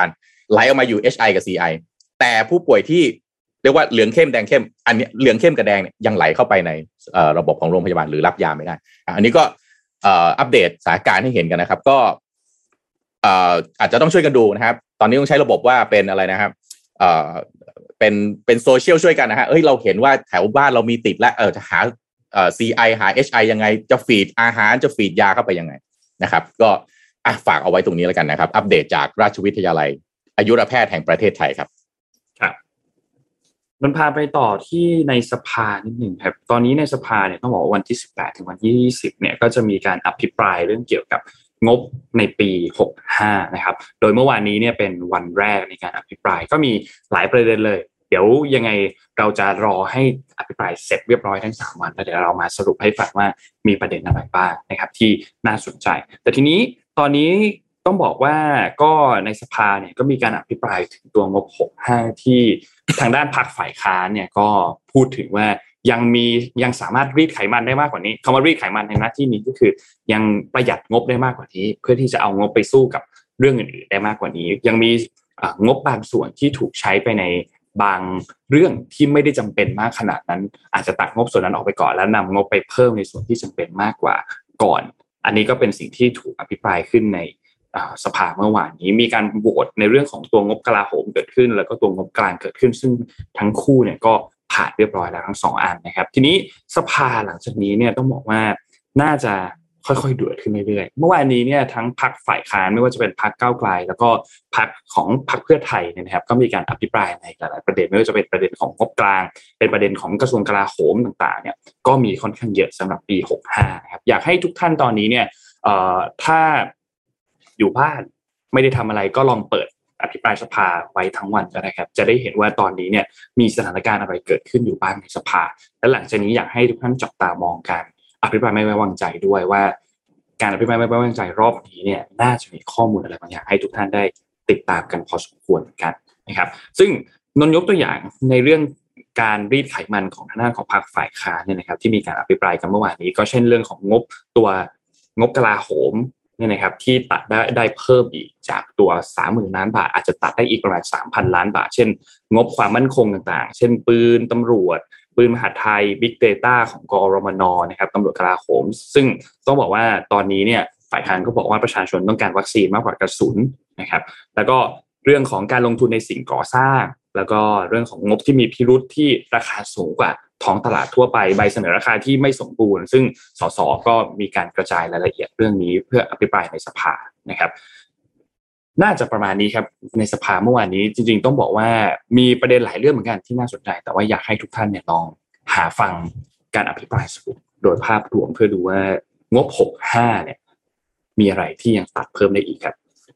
ไหลออกมาอยู่ เอช ไอ กับ ซี ไอ แต่ผู้ป่วยที่เรียกว่าเหลืองเข้มแดงเข้มอันนี้เหลืองเข้มกับแดงเนี่ยยังไหลเข้าไปในระบบของโรงพยาบาลหรือรับยาไม่ได้อันนี้ก็อัปเดตสถานการณ์ให้เห็นกันนะครับก็อาจจะต้องช่วยกันดูนะครับตอนนี้ต้องใช้ระบบว่าเป็นอะไรนะครับเป็นเป็นโซเชียลช่วยกันนะฮะเอ้ยเราเห็นว่าแถวบ้านเรามีติดแล้วเออจะหาเอ่อ ซี ไอ หา เอช ไอ ยังไงจะฟีดอาหารจะฟีดยาเข้าไปยังไงนะครับก็อ่ะฝากเอาไว้ตรงนี้แล้วกันนะครับอัปเดตจากราชวิทยาลัยอายุรแพทย์แห่งประเทศไทยครับครับมันพาไปต่อที่ในสภานิดหนึ่งครับตอนนี้ในสภาเนี่ยต้องบอกว่าวันที่สิบแปดถึงวันที่ยี่สิบเนี่ยก็จะมีการอภิปรายเรื่องเกี่ยวกับงบในปีหกสิบห้านะครับโดยเมื่อวานนี้เนี่ยเป็นวันแรกในการอภิปรายก็มีหลายประเด็นเลยเดี๋ยวยังไงเราจะรอให้อภิปรายเสร็จเรียบร้อยทั้งสามวันแล้วเดี๋ยวเรามาสรุปให้ฟังว่ามีประเด็นอะไรบ้างนะครับที่น่าสนใจแต่ทีนี้ตอนนี้ต้องบอกว่าก็ในสภาเนี่ยก็มีการอภิปรายถึงตัวงบหกสิบห้าที่ทางด้านพรรคฝ่ายค้านเนี่ยก็พูดถึงว่ายังมียังสามารถรีดไขมันได้มากกว่านี้คำว่ารีดไขมันในหน้าที่นี้ก็คือยังประหยัดงบได้มากกว่านี้เพื่อที่จะเอางบไปสู้กับเรื่องอื่นๆได้มากกว่านี้ยังมีงบบางส่วนที่ถูกใช้ไปในบางเรื่องที่ไม่ได้จำเป็นมากขนาดนั้นอาจจะตัดงบส่วนนั้นออกไปก่อนแล้วนำงบไปเพิ่มในส่วนที่จำเป็นมากกว่าก่อนอันนี้ก็เป็นสิ่งที่ถูกอภิปรายขึ้นในสภาเมื่อวานนี้มีการโหวตในเรื่องของตัวงบกลาโหมเกิดขึ้นแล้วก็ตัวงบกลางเกิดขึ้นซึ่งทั้งคู่เนี่ยก็ผ่านเรียบร้อยแล้วทั้งสองอันนะครับทีนี้สภาหลังจากนี้เนี่ยต้องบอกว่าน่าจะค่อยๆเดือดขึ้นเรื่อยๆเมื่อวานนี้เนี่ยทั้งพรรคฝ่ายค้านไม่ว่าจะเป็นพรรคก้าวไกลแล้วก็พรรคของพรรคเพื่อไทยเนี่ยนะครับก็มีการอภิปรายในหลายประเด็นไม่ว่าจะเป็นประเด็นของงบกลางเป็นประเด็นของกระทรวงกลาโหมต่างๆเนี่ยก็มีค่อนข้างเยอะสำหรับปีหกสิบห้านะครับอยากให้ทุกท่านตอนนี้เนี่ยเอ่อถ้าอยู่บ้านไม่ได้ทำอะไรก็ลองเปิดอภิปรายสภาไว้ทั้งวันก็ได้ครับจะได้เห็นว่าตอนนี้เนี่ยมีสถานการณ์อะไรเกิดขึ้นอยู่บ้างในสภาและหลังจากนี้อยากให้ทุกท่านจับตามองการอภิปรายไม่ไว้วางใจด้วยว่าการอภิปรายไม่ไว้วางใจรอบนี้เนี่ยน่าจะมีข้อมูลอะไรบางอย่างให้ทุกท่านได้ติดตามกันพอสมควรเหมือนกันนะครับซึ่งนนยกตัวอย่างในเรื่องการรีดไขมันของทางด้านของพรรคฝ่ายค้านเนี่ยนะครับที่มีการอภิปรายกันเมื่อวานนี้ก็เช่นเรื่องของงบตัวงบกลาโหมเนี่ยนะครับที่ตัดได้ได้เพิ่มอีกจากตัว สามหมื่น ล้านบาทอาจจะตัดได้อีกประมาณ สามพัน ล้านบาทเช่นงบความมั่นคงต่างๆเช่นปืนตำรวจปืนมหาดไทย Big Data ของกรมนนะครับตำรวจกลาโหมซึ่งต้องบอกว่าตอนนี้เนี่ยฝ่ายค้านก็บอกว่าประชาชนต้องการวัคซีนมากกว่ากระสุนนะครับแล้วก็เรื่องของการลงทุนในสิ่งก่อสร้างแล้วก็เรื่องของงบที่มีพิรุธที่ราคาสูงกว่าท้องตลาดทั่วไปใบเสนอราคาที่ไม่สมบูรณ์ซึ่งสสก็มีการกระจายรายละเอียดเรื่องนี้เพื่ออภิปรายในสภานะครับน่าจะประมาณนี้ครับในสภาเมื่อวานนี้จริงๆต้องบอกว่ามีประเด็นหลายเรื่องเหมือนกันที่น่าสนใจแต่ว่าอยากให้ทุกท่านเนี่ยลองหาฟังการอภิปรายสรุปโดยภาพรวมเพื่อดูว่างบหกสิบห้าเนี่ยมีอะไรที่ยังตัดเพิ่มได้อีกครับ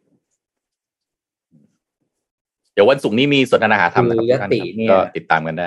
เดี๋ยววันศุกร์นี้มีสนทนาหาธรรมนะครับก็ติดตามกันได้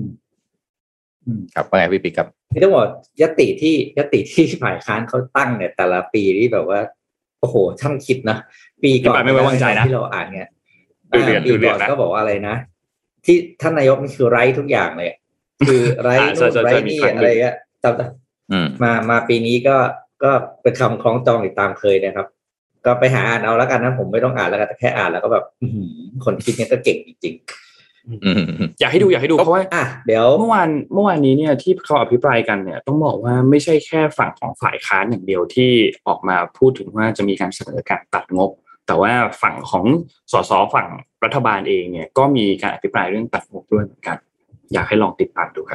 ครับว่าไงพี่ปิ๊กครับที่ต้องบอกยติที่ยติที่ฝ่ายค้านเขาตั้งเนี่ยแต่ละปีนี่แบบว่าโอ้โหช่างคิดนะปีก่อนไม่ไว้วางใจนะที่เราอ่านเนี่ยปีก่อนก็บอกว่าอะไรนะที่ท่านนายกนี่คือไร้ทุกอย่างเลยคือไร้นู่นไร้นี่อะไรเงี้ยมามาปีนี้ก็ก็เป็นคำคล้องจองอีกตามเคยนะครับก็ไปหาอ่านเอาแล้วกันนะผมไม่ต้องอ่านแล้วกันแต่แค่อ่านแล้วก็แบบคนคิดเนี่ยก็เก่งจริงๆอยากให้ดูอยากให้ดูเพราะว่าเดี๋ยวเมื่อวานเมื่อวานนี้เนี่ยที่เขาอภิปรายกันเนี่ยต้องบอกว่าไม่ใช่แค่ฝั่งของฝ่ายค้านอย่างเดียวที่ออกมาพูดถึงว่าจะมีการเสนอการตัดงบแต่ว่าฝั่งของสสฝั่งรัฐบาลเองเนี่ยก็มีการอภิปรายเรื่องตัดงบด้วยเหมือนกันอยากให้ลองติดตามดูครับ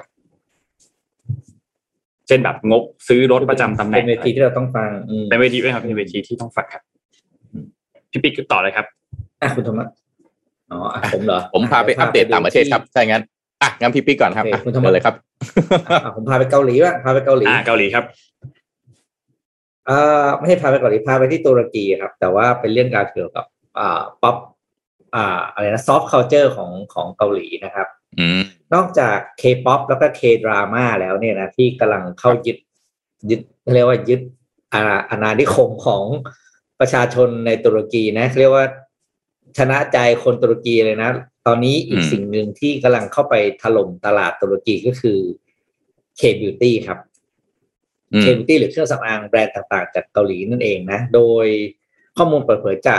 เช่นแบบงบซื้อรถประจำตำแหน่งเป็นเวทีที่เราต้องฟังเป็นเวทีด้วยครับเป็นเวทีที่ต้องฟังครับพี่ปิ๊กต่อเลยครับอ่ะคุณธรรมะอ๋อผมเหรอผมพาไปอัปเดตต่างประเทศครับใช่งั้นอ่ะงั้นพี่ปิ๊กก่อนครับคุณธรรมะเลยครับผมพาไปเกาหลีบ้างพาไปเกาหลีอ่าเกาหลีครับอ่าไม่ใช่พาไปเกาหลีพาไปที่ตุรกีครับแต่ว่าเป็นเรื่องการเกี่ยวกับอ่าป๊อปอ่าอะไรนะซอฟต์คัลเจอร์ของของเกาหลีนะครับนอกจาก K-pop แล้วก็ K-drama แล้วเนี่ยนะที่กำลังเข้ายึดยึดเรียกว่ายึดอาณานิคมของประชาชนในตุรกีนะเรียกว่าชนะใจคนตุรกีเลยนะตอนนี้อีกสิ่งหนึ่งที่กำลังเข้าไปถล่มตลาดตุรกีก็คือ K-beauty ครับ K-beauty หรือเครื่องสำอางแบรนด์ต่างๆจากเกาหลีนั่นเองนะโดยข้อมูลเปิดเผยจาก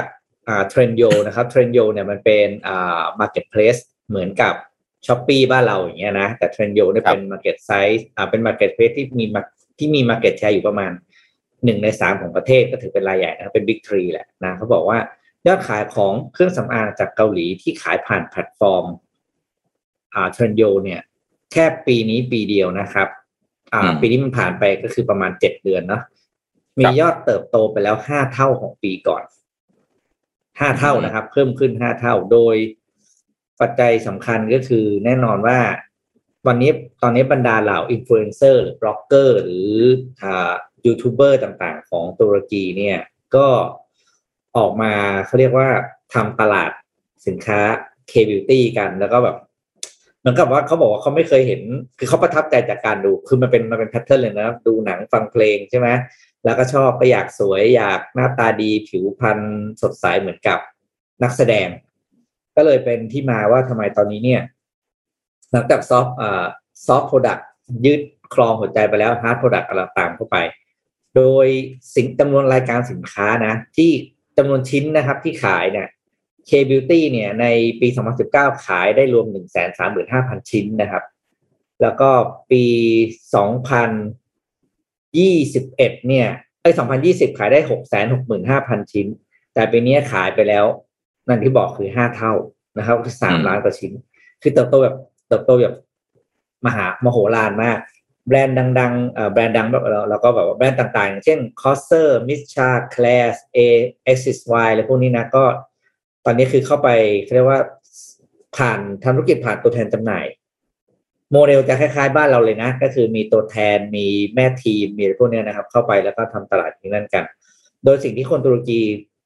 อ่า Trendyol นะครับ Trendyol เนี่ยมันเป็นอ่า marketplace เหมือนกับ Shopee บ้านเราอย่างเงี้ยนะแต่ Trendyol เนี่ยเป็น market size อ่าเป็น marketplace ที่มีที่มี market share อยู่ประมาณหนึ่งในสามของประเทศก็ถือเป็นรายใหญ่นะครับเป็น Big สามแหละนะเขาบอกว่ายอดขายของเครื่องสำอางจากเกาหลีที่ขายผ่านแพลตฟอร์มอ่า Trendyol เนี่ยแค่ปีนี้ปีเดียวนะครับอ่าปีนี้มันผ่านไปก็คือประมาณเจ็ดเดือนเนาะมียอดเติบโตไปแล้วห้าเท่าของปีก่อนห้าเท่านะครับเพิ่มขึ้นห้าเท่าโดยปัจจัยสำคัญก็คือแน่นอนว่าวันนี้ตอนนี้บรรดาเหล่าอินฟลูเอนเซอร์หรือบล็อกเกอร์หรืออ่ายูทูบเบอร์ต่างๆของตุรกีเนี่ยก็ออกมาเขาเรียกว่าทำตลาดสินค้า K-Beauty กันแล้วก็แบบเหมือนกับว่าเขาบอกว่าเขาไม่เคยเห็นคือเขาประทับใจจากการดูคือมันเป็นมันเป็นแพทเทิร์นเลยนะดูหนังฟังเพลงใช่ไหมแล้วก็ชอบก็อยากสวยอยากหน้าตาดีผิวพรรณสดใสเหมือนกับนักแสดงก็เลยเป็นที่มาว่าทำไมตอนนี้เนี่ยหลังจากซอฟต์อ่าซอฟต์โปรดักต์ยืดครองหัวใจไปแล้วฮาร์ดโปรดักต์อะไรตามเข้าไปโดยสินจำนวนรายการสินค้านะที่จำนวนชิ้นนะครับที่ขายเนี่ย K-Beauty เนี่ยในปีสองพันสิบเก้าขายได้รวม หนึ่งแสนสามหมื่นห้าพัน ชิ้นนะครับแล้วก็ปีสองพันยี่สิบเอ็ดเนี่ยไอ้สองพันยี่สิบขายได้ หกแสนหกหมื่นห้าพัน ชิ้นแต่ปีนี้ขายไปแล้วนั่นที่บอกคือห้าเท่านะครับคือสามล้านกว่าชิ้นคือเติบโตแบบเติบโตแบบมหามโหฬารมากแบรนด์ดังๆเอ่อแบรนด์ดังแบบเราเราก็แบบว่าแบรนด์ต่างๆอย่างเช่น Cosser, Missha, Claire's, A, Axis Y อะไรพวกนี้นะก็ตอนนี้คือเข้าไปเรียกว่าผ่านทำธุรกิจผ่านตัวแทนจำหน่ายโมเดลจะคล้ายๆบ้านเราเลยนะก็คือมีตัวแทนมีแม่ทีมมีอะไรพวกนี้นะครับเข้าไปแล้วก็ทำตลาดที่นั่นกันโดยสิ่งที่คนตุรกี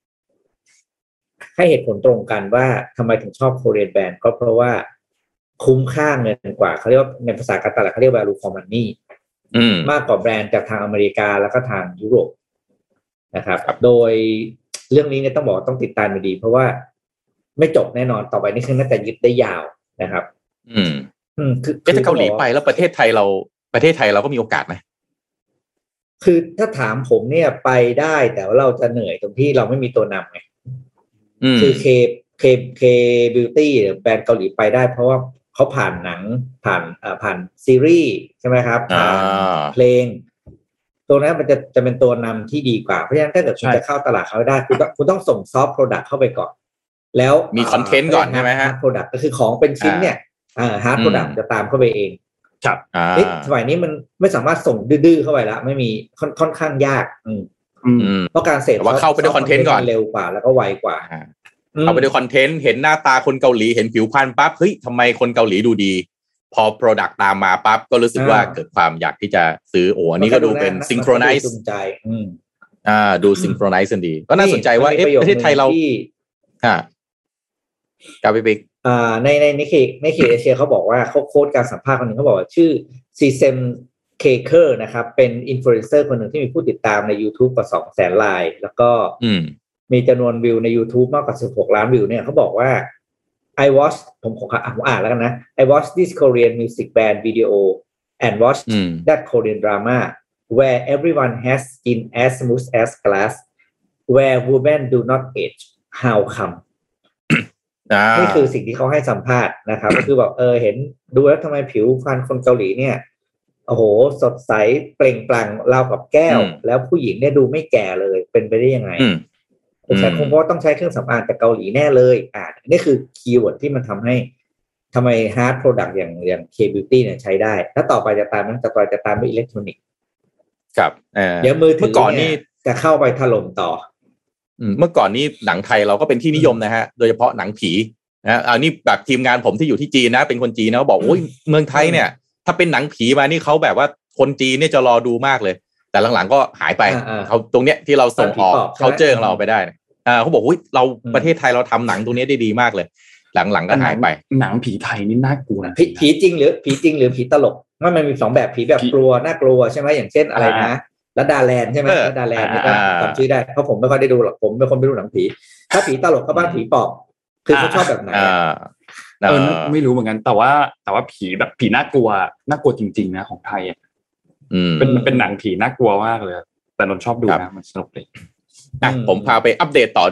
ให้เหตุผลตรงกันว่าทำไมถึงชอบโคเรียนแบรนด์ก็เพราะว่าคุ้มค่าเงินกว่าเขาเรียกว่าในภาษาการตลาดเขาเรียกว่า value for money มากกว่าแบรนด์จากทางอเมริกาแล้วก็ทางยุโรปนะครับโดยเรื่องนี้เนี่ยต้องบอกต้องติดตามดีเพราะว่าไม่จบแน่นอนต่อไปนี่คือน่าจะยึดได้ยาวนะครับอืมอืมคือถ้าเกาหลีไปแล้วประเทศไทยเราประเทศไทยเราก็มีโอกาสไหมคือถ้าถามผมเนี่ยไปได้แต่ว่าเราจะเหนื่อยตรงที่เราไม่มีตัวนำไงคือเคเคเคบิวตี้แบรนด์เกาหลีไปได้เพราะว่าเขาผ่านหนังผ่านอ่าผ่านซีรีส์ใช่ไหมครับผ่านเพลงตัวนั้นมันจะจะเป็นตัวนำที่ดีกว่าเพราะฉะนั้นถ้าเกิดคุณจะเข้าตลาดเขาได้คุณต้องคุณต้องส่งซอฟต์โปรดักต์เข้าไปก่อนแล้วมีคอนเทนต์ก่อนใช่ไหมฮะฮาร์ดโปรดักต์ก็คือของเป็นชิ้นเนี่ยอ่าฮาร์ดโปรดักต์จะตามเข้าไปเองครับนี่สมัยนี้มันไม่สามารถส่งดื้อๆเข้าไปแล้วไม่มีค่อนค่อนข้างยากอืมเพราะการเสพว่าเข้าไปด้วยคอนเทนต์ก่อนเร็วกว่าแล้วก็ไวกว่าเข้าไปด้วยคอนเทนต์เห็นหน้าตาคนเกาหลีเห็นผิวพรรณปั๊บเฮ้ยทำไมคนเกาหลีดูดีพอ product ตามมาปั๊บก็รู้สึกว่าเกิดความอยากที่จะซื้อโอ้อันนี้ก็ดูเป็น synchronize อ่าดู synchronize กันดีก็น่าสนใจว่าเอ๊ะประเทศไทยเราอ่ากับพี่บิ๊กอ่าในในในเขตในเขตเอเชียเขาบอกว่าเขาโค้ดการสัมภาษณ์คนหนึ่งเขาบอกว่าชื่อซีเซมเคเคอร์นะครับเป็นอินฟลูเอนเซอร์คนหนึ่งที่มีผู้ติดตามใน YouTube กว่า สองแสน รายแล้วก็มีจำนวนวิวใน YouTube มากกว่าสิบหกล้านวิวเนี่ยเขาบอกว่า I watch ผมผมอ่านแล้วกันนะ I watch this Korean music band video and watch that Korean drama where everyone has skin as smooth as glass where women do not age how come นี่คือสิ่งที่เขาให้สัมภาษณ์นะครับก็คือแบบเออเห็นดูแล้วทำไมผิวพรรณคนเกาหลีเนี่ยโอ้โหสดใสเปล่งปลั่งราวกับแก้วแล้วผู้หญิงเนี่ยดูไม่แก่เลยเป็นไปได้ยังไงแต่คงเพราะต้องใช้เครื่องสำอางจากเกาหลีแน่เลยอ่านี่คือคีย์เวิร์ดที่มันทำให้ทำไมฮาร์ดโปรดักต์อย่างอย่าง K-Beauty เนี่ยใช้ได้ถ้าต่อไปจะตามนั้นจะต่อจะตามด้วยอิเล็กทรอนิกส์ครับเดี๋ยวมือถือเนี่ยจะเข้าไปถล่มต่อเมื่อก่อนนี้หนังไทยเราก็เป็นที่นิยมนะฮะโดยเฉพาะหนังผีนะอันนี้แบบทีมงานผมที่อยู่ที่จีนนะเป็นคนจีนนะบอกโอ้ยเมืองไทยเนี่ยถ้าเป็นหนังผีมานี่เขาแบบว่าคนจีนเนี่ยจะรอดูมากเลยแต่หลังๆก็หายไปเขาตรงเนี้ยที่เราส่งออกเขาเจอของเราไปได้อ่าเขาบอกว่าเราประเทศไทยเราทำหนังตรงนี้ได้ดีมากเลยหลังๆก็หายไปหนังผีไทยนี่น่ากลัวผีผีจริงหรือผีจริงหรือผีตลกมันมันมีสองแบบผีแบบกลัวน่ากลัวใช่ไหมอย่างเช่นอะไรนะรัดดาแลนด์ใช่ไหมรัดดาแลนด์นี่ก็จำชื่อได้เพราะผมไม่ค่อยได้ดูหรอกผมเป็นคนไม่ดูหนังผีถ้าผีตลกก็บ้านผีปอบคือเขาชอบแบบไหนเออไม่รู้เหมือนกันแต่ว่าแต่ว่าผีแบบผีน่ากลัวน่ากลัวจริงๆนะของไทยอ่ะเป็นเป็นหนังผีน่ากลัวมากเลยแต่นนชอบดูนะมันสนุกเลยอ่ะผมพาไปอัปเดตต่อด้วยครับ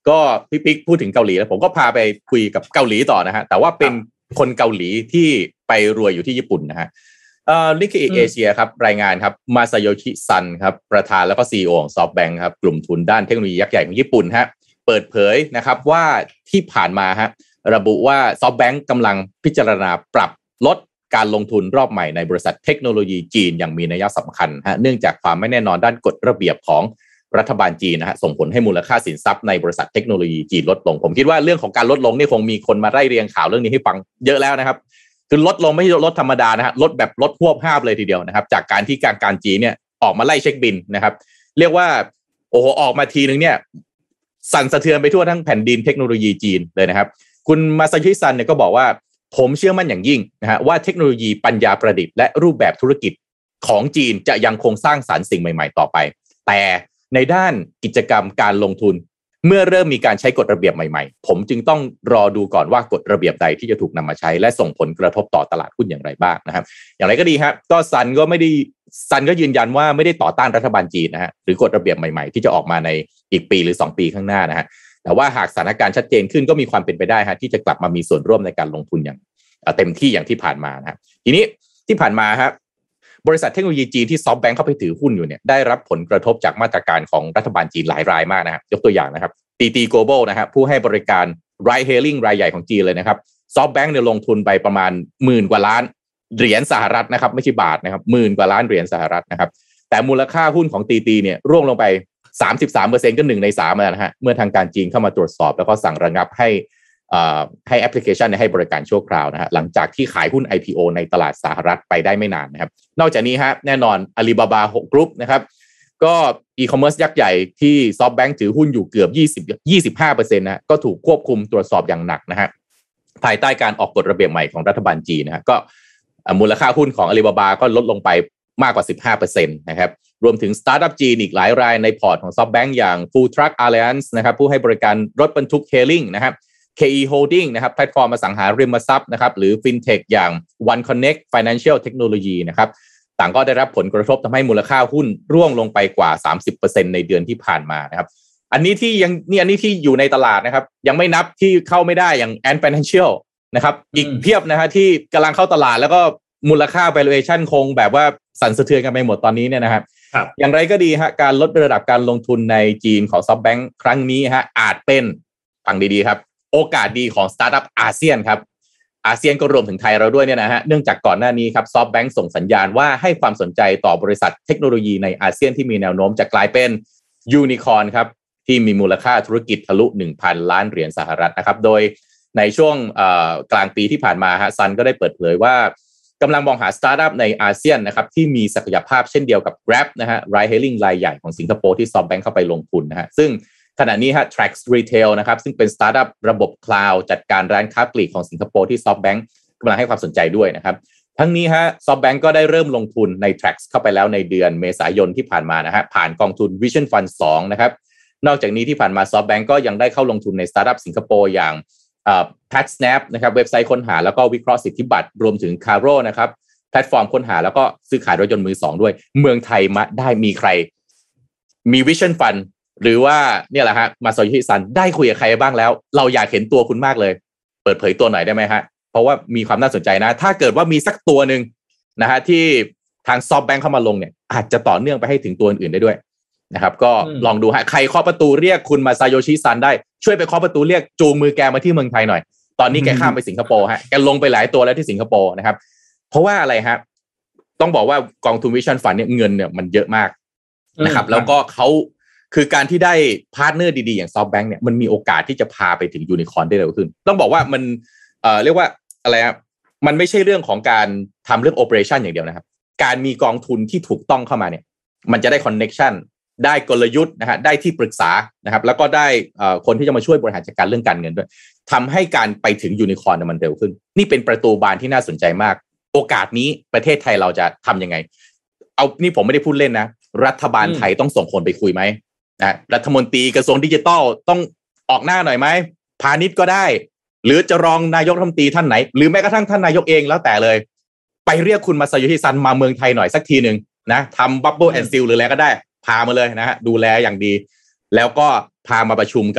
ก็พี่ปิ๊กพูดถึงเกาหลีแล้วผมก็พาไปคุยกับเกาหลีต่อนะฮะแต่ว่าเป็นคนเกาหลีที่ไปรวยอยู่ที่ญี่ปุ่นนะฮะเอ่อนิกเกิลเอเชียครับรายงานครับมาซาโยชิซันครับประธานแล้วก็ ซี อี โอ ของ SoftBank ครับกลุ่มทุนด้านเทคโนโลยียักษ์ใหญ่ของญี่ปุ่นฮะเปิดเผยนะครับว่าที่ผ่านมาฮะระบุว่า SoftBank กำลังพิจารณาปรับลดการลงทุนรอบใหม่ในบริษัทเทคโนโลยีจีนอย่างมีนัยสำคัญฮะเนื่องจากความไม่แน่นอนด้านกฎระเบียบของรัฐบาลจีนนะฮะส่งผลให้มูลค่าสินทรัพย์ในบริษัทเทคโนโลยีจีนลดลงผมคิดว่าเรื่องของการลดลงนี่คงมีคนมาไล่เรียงข่าวเรื่องนี้ให้ฟังเยอะแล้วนะครับคือลดลงไม่ใช่ลดธรรมดานะฮะลดแบบลดหวบห้าบเลยทีเดียวนะครับจากการที่การการจีนเนี่ยออกมาไล่เช็คบินนะครับเรียกว่าโอ้โหออกมาทีนึงเนี่ยสั่นสะเทือนไปทั่วทั้งแผ่นดินเทคโนโลยีจีนเลยนะครับคุณมาซาโยชิซันเนี่ยก็บอกว่าผมเชื่อมั่นอย่างยิ่งนะฮะว่าเทคโนโลยีปัญญาประดิษฐ์และรูปแบบธุรกิจของจีนจะยังคงสร้างสรรค์สิ่งใหม่ๆต่อไปแต่ในด้านกิจกรรมการลงทุนเมื่อเริ่มมีการใช้กฎระเบียบใหม่ๆผมจึงต้องรอดูก่อนว่ากฎระเบียบใดที่จะถูกนำมาใช้และส่งผลกระทบต่อตลาดหุ้นอย่างไรบ้างนะครับอย่างไรก็ดีครับก็ซันก็ไม่ได้ซันก็ยืนยันว่าไม่ได้ต่อต้านรัฐบาลจีนนะฮะหรือกฎระเบียบใหม่ๆที่จะออกมาในอีกปีหรือสองปีข้างหน้านะฮะแต่ว่าหากสถานการณ์ชัดเจนขึ้นก็มีความเป็นไปได้ฮะที่จะกลับมามีส่วนร่วมในการลงทุนอย่างเต็มที่อย่างที่ผ่านมานะทีนี้ที่ผ่านมาครับบริษัทเทคโนโลยีจีนที่ SoftBank เข้าไปถือหุ้นอยู่เนี่ยได้รับผลกระทบจากมาตรการของรัฐบาลจีนหลายรายมากนะครับยกตัวอย่างนะครับ ที ที Global นะครับผู้ให้บริการ Ride Hailing รายใหญ่ของจีนเลยนะครับ SoftBank เนี่ยลงทุนไปประมาณหมื่นกว่าล้านเหรียญสหรัฐนะครับไม่ใช่บาทนะครับหมื่นกว่าล้านเหรียญสหรัฐนะครับแต่มูลค่าหุ้นของ ที ที เนี่ยร่วงลงไป สามสิบสามเปอร์เซ็นต์ ก็หนึ่งในสามแล้วนะฮะเมื่อทางการจีนเข้ามาตรวจสอบแล้วก็สั่งระงับให้ให้แอปพลิเคชันให้บริการชั่วคราวนะฮะหลังจากที่ขายหุ้น ไอ พี โอ ในตลาดสหรัฐไปได้ไม่นานนะครับนอกจากนี้ฮะแน่นอน Alibaba หก Group นะครับก็อีคอมเมิร์ซยักษ์ใหญ่ที่ SoftBank ถือหุ้นอยู่เกือบยี่สิบ ยี่สิบห้าเปอร์เซ็นต์ นะก็ถูกควบคุมตรวจสอบอย่างหนักนะฮะภายใต้การออกกฎระเบียบใหม่ของรัฐบาลจีนนะฮะก็มูลค่าหุ้นของ Alibaba ก็ลดลงไปมากกว่า สิบห้าเปอร์เซ็นต์ นะครับรวมถึงสตาร์ทอัพจีนอีกหลายรายในพอร์ตของ SoftBank อย่าง Full Truck Alliance นะครับผู้ให้บริการรถบรรทุก Hailing นะครับ เค อี Holding นะครับแพลตฟอร์มอสังหาริมทรัพย์นะครับหรือ FinTech อย่าง One Connect Financial Technology นะครับต่างก็ได้รับผลกระทบทำให้มูลค่าหุ้นร่วงลงไปกว่า สามสิบเปอร์เซ็นต์ ในเดือนที่ผ่านมานะครับอันนี้ที่ยังนี่อันนี้ที่อยู่ในตลาดนะครับยังไม่นับที่เข้าไม่ได้อย่าง Ant Financial นะครับอีกเพียบนะฮะที่กำลังเข้าตลาดแล้วก็มูลค่า valuation คงแบบว่าสั่นสะเทือนกันไปหมดตอนนี้เนี่ยนะครับอย่างไรก็ดีฮะการลดระดับการลงทุนในจีนของ SoftBank ครั้งนี้ฮะอาจเป็นฟังดีๆครับโอกาสดีของสตาร์ทอัพอาเซียนครับอาเซียนก็รวมถึงไทยเราด้วยเนี่ยนะฮะเนื่องจากก่อนหน้านี้ครับ SoftBank ส่งสัญญาณว่าให้ความสนใจต่อบริษัทเทคโนโลยีในอาเซียนที่มีแนวโน้มจะกลายเป็นยูนิคอร์นครับที่มีมูลค่าธุรกิจทะลุ หนึ่งพัน ล้านเหรียญสหรัฐนะครับโดยในช่วงกลางปีที่ผ่านมาฮะซันก็ได้เปิดเผยว่ากำลังมองหาสตาร์ทอัพในอาเซียนนะครับที่มีศักยภาพเช่นเดียวกับ Grab นะฮะ Ride Hailing รายใหญ่ของสิงคโปร์ที่ SoftBank เข้าไปลงทุนนะฮะซึ่งขณะนี้ฮะ Trax Retail นะครับซึ่งเป็นสตาร์ทอัพระบบคลาวด์จัดการร้านค้าปลีกของสิงคโปร์ที่ SoftBank กำลังให้ความสนใจด้วยนะครับทั้งนี้ฮะ SoftBank ก็ได้เริ่มลงทุนใน Trax เข้าไปแล้วในเดือนเมษายนที่ผ่านมานะฮะผ่านกองทุน Vision Fund สองนะครับนอกจากนี้ที่ผ่านมา SoftBank ก็ยังได้เข้าลงทุนในสตาร์ทอัพสิงคโปร์อย่างเอ่อ PatSnap นะครับเว็บไซต์ค้นหาแล้วก็วิเคราะห์สิทธิบัตรรวมถึง Caro นะครับแพลตฟอร์มค้นหาแล้วก็ซื้อขายรถยนต์มือสองด้วยเมืองไทยมาได้มีใครมี Vision Fund หรือว่าเนี่ยแหละฮะมาซาโยชิซันได้คุยกับใครบ้างแล้วเราอยากเห็นตัวคุณมากเลยเปิดเผยตัวหน่อยได้ไหมฮะเพราะว่ามีความน่าสนใจนะถ้าเกิดว่ามีสักตัวหนึ่งนะฮะที่ทาง SoftBank เข้ามาลงเนี่ยอาจจะต่อเนื่องไปให้ถึงตัวอื่นได้ด้วยนะครับก็ลองดูฮะใครเคาะประตูเรียกคุณมาซาโยชิซันได้ช่วยไปเคาะประตูเรียกจูงมือแกมาที่เมืองไทยหน่อยตอนนี้แกข้ามไปสิงคโปร์ฮะแกลงไปหลายตัวแล้วที่สิงคโปร์นะครับเพราะว่าอะไรฮะต้องบอกว่ากองทุน Vision Fund เนี่ยเงินเนี่ยมันเยอะมากนะครับแล้วก็เขาคือการที่ได้พาร์ทเนอร์ดีๆอย่าง SoftBank เนี่ยมันมีโอกาสที่จะพาไปถึงยูนิคอร์นได้เร็วขึ้นต้องบอกว่ามันเอ่อเรียกว่าอะไรครับมันไม่ใช่เรื่องของการทำเรื่อง operation อย่างเดียวนะครับการมีกองทุนที่ถูกต้องเข้ามาเนี่ยมันจะได้ connection ได้กลยุทธ์นะฮะได้ที่ปรึกษานะครับแล้วก็ได้คนที่จะมาช่วยบริหารจัดการเรื่องการเงินด้วยทำให้การไปถึงยูนิคอร์นมันเร็วขึ้นนี่เป็นประตูบานที่น่าสนใจมากโอกาสนี้ประเทศไทยเราจะทำยังไงเอานี่ผมไม่ได้พูดเล่นนะรัฐบาลไทยต้องส่งคนไปคุยไหมนะรัฐมนตรีกระทรวงดิจิทัลต้องออกหน้าหน่อยไหมพาณิชย์ก็ได้หรือจะรองนายกรัฐมนตรีท่านไหนหรือแม้กระทั่งท่านนายกเองแล้วแต่เลยไปเรียกคุณมาซาโยชิซันมาเมืองไทยหน่อยสักทีนึงนะทำบับเบิ้ลแอนด์ซิลหรืออะไรก็ได้พามาเลยนะฮะดูแลอย่างดีแล้วก็พามาประชุมกับ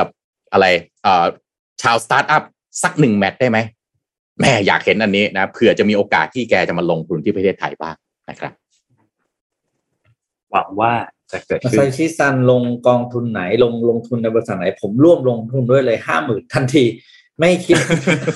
อะไรเอ่อชาวสตาร์ทอัพสักหนึ่งแมตช์ได้ไหมแม่อยากเห็นอันนี้นะเผื่อจะมีโอกาสที่แกจะมาลงทุนที่ประเทศไทยบ้างนะครับหวังว่าจะเกิดขึ้นไซชิซันลงกองทุนไหนลงลงทุนในบริษัทไหนผมร่วมลงทุนด้วยเลยห้าหมื่นทันทีไม่คิด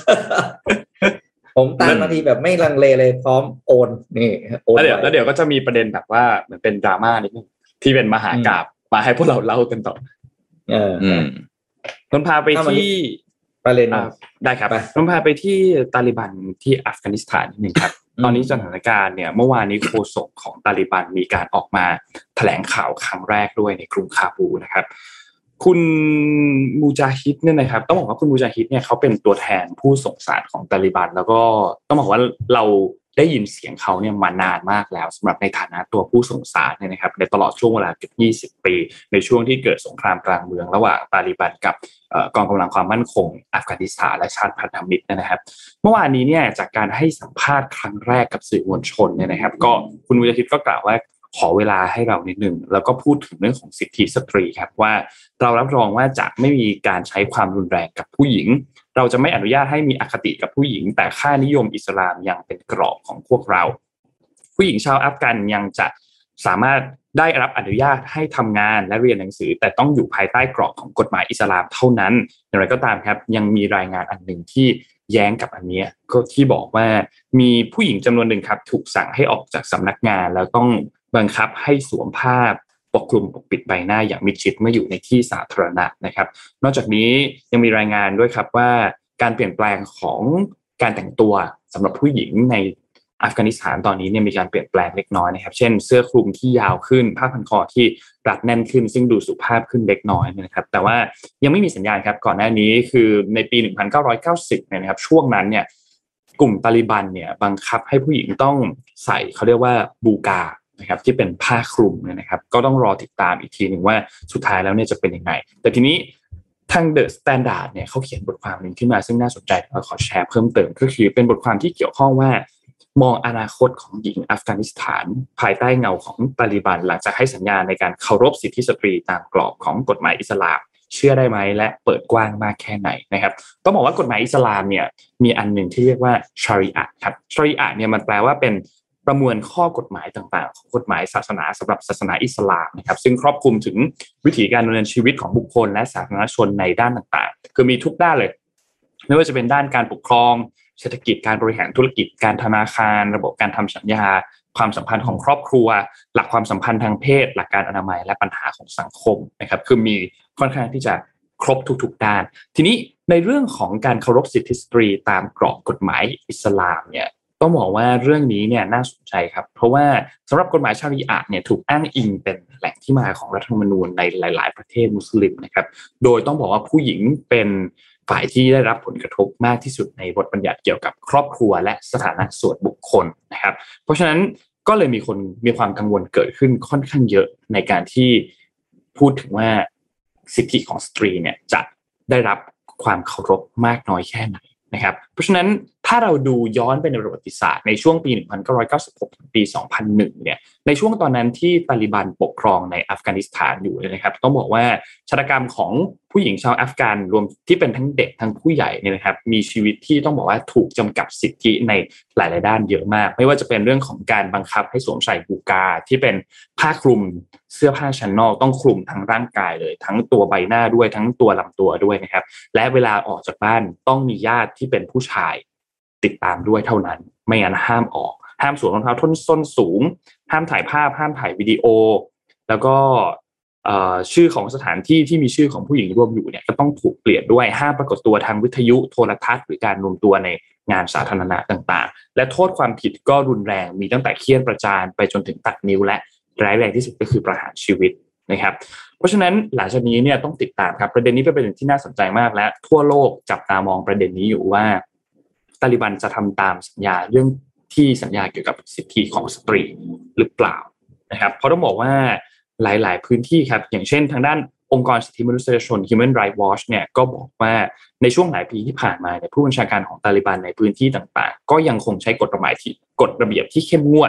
ผมตามมาทีแบบไม่ลังเลเลยพร้อมโอนนี่โอนแล้วเดี๋ยวแล้วเดี๋ยวก็จะมีประเด็นแบบว่าเหมือนเป็นดราม่านิดนึงที่เป็นมหากาพย์มาให้พวกเราเล่ากันต่อเออนนพาไปที่ประเด็นได้ครับนนพาไปที่ตาลิบันที่อัฟกานิสถานนิดนึงครับตอนนี้สถานการณ์เนี่ยเมื่อวานนี้โฆษกของตาลิบันมีการออกมาแถลงข่าวครั้งแรกด้วยในกรุงคาบูนะครับคุณมูจาฮิดเนี่ยนะครับต้องบอกว่าคุณมูจาฮิดเนี่ยเขาเป็นตัวแทนผู้ส่งสารของตาลิบันแล้วก็ต้องบอกว่าเราได้ยินเสียงเขาเนี่ยมานานมากแล้วสำหรับในฐานะตัวผู้ส่งสารเนี่ยนะครับในตลอดช่วงเวลาเกือบยี่สิบปีในช่วงที่เกิดสงครามกลางเมืองระหว่างตาลิบันกับกองกำลังความมั่นคงอัฟกานิสถานและชาติพันธมิตรนะครับเมื่อวานนี้เนี่ยจากการให้สัมภาษณ์ครั้งแรกกับสื่อมวลชนเนี่ยนะครับก็คุณมูจาฮิดก็กล่าวว่าขอเวลาให้เรานิดนึงแล้วก็พูดถึงเรื่องของสิทธิสตรีครับว่าเรารับรองว่าจะไม่มีการใช้ความรุนแรงกับผู้หญิงเราจะไม่อนุญาตให้มีอคติกับผู้หญิงแต่ค่านิยมอิสลามยังเป็นกรอบของพวกเราผู้หญิงชาวอัฟกันยังจะสามารถได้รับอนุญาตให้ทำงานและเรียนหนังสือแต่ต้องอยู่ภายใต้กรอบของกฎหมายอิสลามเท่านั้นอย่างไรก็ตามครับยังมีรายงานอันหนึ่งที่แย้งกับอันนี้ก็ที่บอกว่ามีผู้หญิงจำนวนหนึ่งครับถูกสั่งให้ออกจากสำนักงานแล้วต้องบังคับให้สวมผ้าปกคลุมปกปิดใบหน้าอย่างมิดชิดเมื่ออยู่ในที่สาธารณะนะครับนอกจากนี้ยังมีรายงานด้วยครับว่าการเปลี่ยนแปลงของการแต่งตัวสำหรับผู้หญิงในอัฟกานิสถานตอนนี้เนี่ยมีการเปลี่ยนแปลงเล็กน้อยนะครับเช่นเสื้อคลุมที่ยาวขึ้นผ้าพันคอที่รัดแน่นขึ้นซึ่งดูสุภาพขึ้นเล็กน้อยนะครับแต่ว่ายังไม่มีสัญญาณครับก่อนหน้านี้คือในปีหนึ่งพันเก้าร้อยเก้าสิบเนี่ยนะครับช่วงนั้นเนี่ยกลุ่มตาลิบันเนี่ยบังคับให้ผู้หญิงต้องใส่เขาเรียกว่าบูกานะครับที่เป็นผ้าคลุมเนี่ยนะครับก็ต้องรอติดตามอีกทีนึงว่าสุดท้ายแล้วเนี่ยจะเป็นยังไงแต่ทีนี้ทาง The Standard เนี่ยเขาเขียนบทความนึงขึ้นมาซึ่งน่าสนใจเราขอแชร์เพิ่มเติมก็คือเป็นบทความที่เกี่ยวข้องว่ามองอนาคตของหญิงอัฟกานิสถานภายใต้เงาของตาลิบันหลังจากให้สัญญาณในการเคารพสิทธิสตรีตามกรอบของกฎหมายอิสลามเชื่อได้ไหมและเปิดกว้างมากแค่ไหนนะครับต้องบอกว่ากฎหมายอิสลามเนี่ยมีอันหนึ่งที่เรียกว่าชาริอะห์ครับชาริอะห์เนี่ยมันแปลว่าเป็นประมวลข้อกฎหมายต่างๆของกฎหมายศาสนาสำหรับศาสนาอิสลามนะครับซึ่งครอบคลุมถึงวิถีการดำเนินชีวิตของบุคคลและสาธารณชนในด้านต่างๆคือมีทุกด้านเลยไม่ว่าจะเป็นด้านการปกครองเศรษฐกิจการบริหารธุรกิจการธนาคารระบบการทำสัญญาความสัมพันธ์ของครอบครัวหลักความสัมพันธ์ทางเพศหลักการอนามัยและปัญหาของสังคมนะครับคือมีค่อนข้างที่จะครบทุกๆด้านทีนี้ในเรื่องของการเคารพสิทธิสตรีตามกรอบกฎหมายอิสลามเนี่ยต้องบอกว่าเรื่องนี้เนี่ยน่าสนใจครับเพราะว่าสำหรับกฎหมายชาริอะห์เนี่ยถูกอ้างอิงเป็นแหล่งที่มาของรัฐธรรมนูญในหลายๆประเทศมุสลิมนะครับโดยต้องบอกว่าผู้หญิงเป็นฝ่ายที่ได้รับผลกระทบมากที่สุดในบทบัญญัติเกี่ยวกับครอบครัวและสถานะส่วนบุคคลนะครับเพราะฉะนั้นก็เลยมีคนมีความกังวลเกิดขึ้นค่อนข้างเยอะในการที่พูดถึงว่าสิทธิของสตรีเนี่ยจะได้รับความเคารพมากน้อยแค่ไหนนะครับเพราะฉะนั้นถ้าเราดูย้อนไปในประวัติศาสตร์ในช่วงปีหนึ่งพันเก้าร้อยเก้าสิบหกถึงปีสองพันหนึ่งเนี่ยในช่วงตอนนั้นที่ตาลิบันปกครองในอัฟกานิสถานอยู่นะครับต้องบอกว่าชะตากรรมของผู้หญิงชาวอัฟกันรวมที่เป็นทั้งเด็กทั้งผู้ใหญ่เนี่ยนะครับมีชีวิตที่ต้องบอกว่าถูกจำกัดสิทธิในหลายๆด้านเยอะมากไม่ว่าจะเป็นเรื่องของการบังคับให้สวมใส่บูกาที่เป็นผ้าคลุมเสื้อผ้าชั้นนอกต้องคลุมทั้งร่างกายเลยทั้งตัวใบหน้าด้วยทั้งตัวลำตัวด้วยนะครับและเวลาออกจากบ้านต้องมีญาติที่เป็นผู้ชายติดตามด้วยเท่านั้นไม่งั้นห้ามออกห้ามสวมรองเท้าส้นสูงห้ามถ่ายภาพห้ามถ่ายวิดีโอแล้วก็ชื่อของสถานที่ที่มีชื่อของผู้หญิงรวมอยู่เนี่ยก็ต้องถูกเปลี่ยนด้วยห้ามปรากฏตัวทางวิทยุโทรทัศน์หรือการรวมตัวในงานสาธารณะต่างๆและโทษความผิดก็รุนแรงมีตั้งแต่เฆี่ยนประจานไปจนถึงตัดนิ้วและร้ายแรงที่สุดก็คือประหารชีวิตนะครับเพราะฉะนั้นหลังจากนี้เนี่ยต้องติดตามครับประเด็นนี้เป็นประเด็นที่น่าสนใจมากและทั่วโลกจับตามองประเด็นนี้อยู่ว่าตาลิบันจะทำตามสัญญาเรื่องที่สัญญาเกี่ยวกับสิทธิของสตรีหรือเปล่านะครับเพราะต้องบอกว่าหลายๆพื้นที่ครับอย่างเช่นทางด้านองค์กรสิทธิมนุษยชน Human Rights Watch เนี่ยก็บอกว่าในช่วงหลายปีที่ผ่านมาเนี่ยผู้บัญชาการของตาลิบันในพื้นที่ต่างๆก็ยังคงใช้กฎหมายที่กฎระเบียบที่เข้มงวด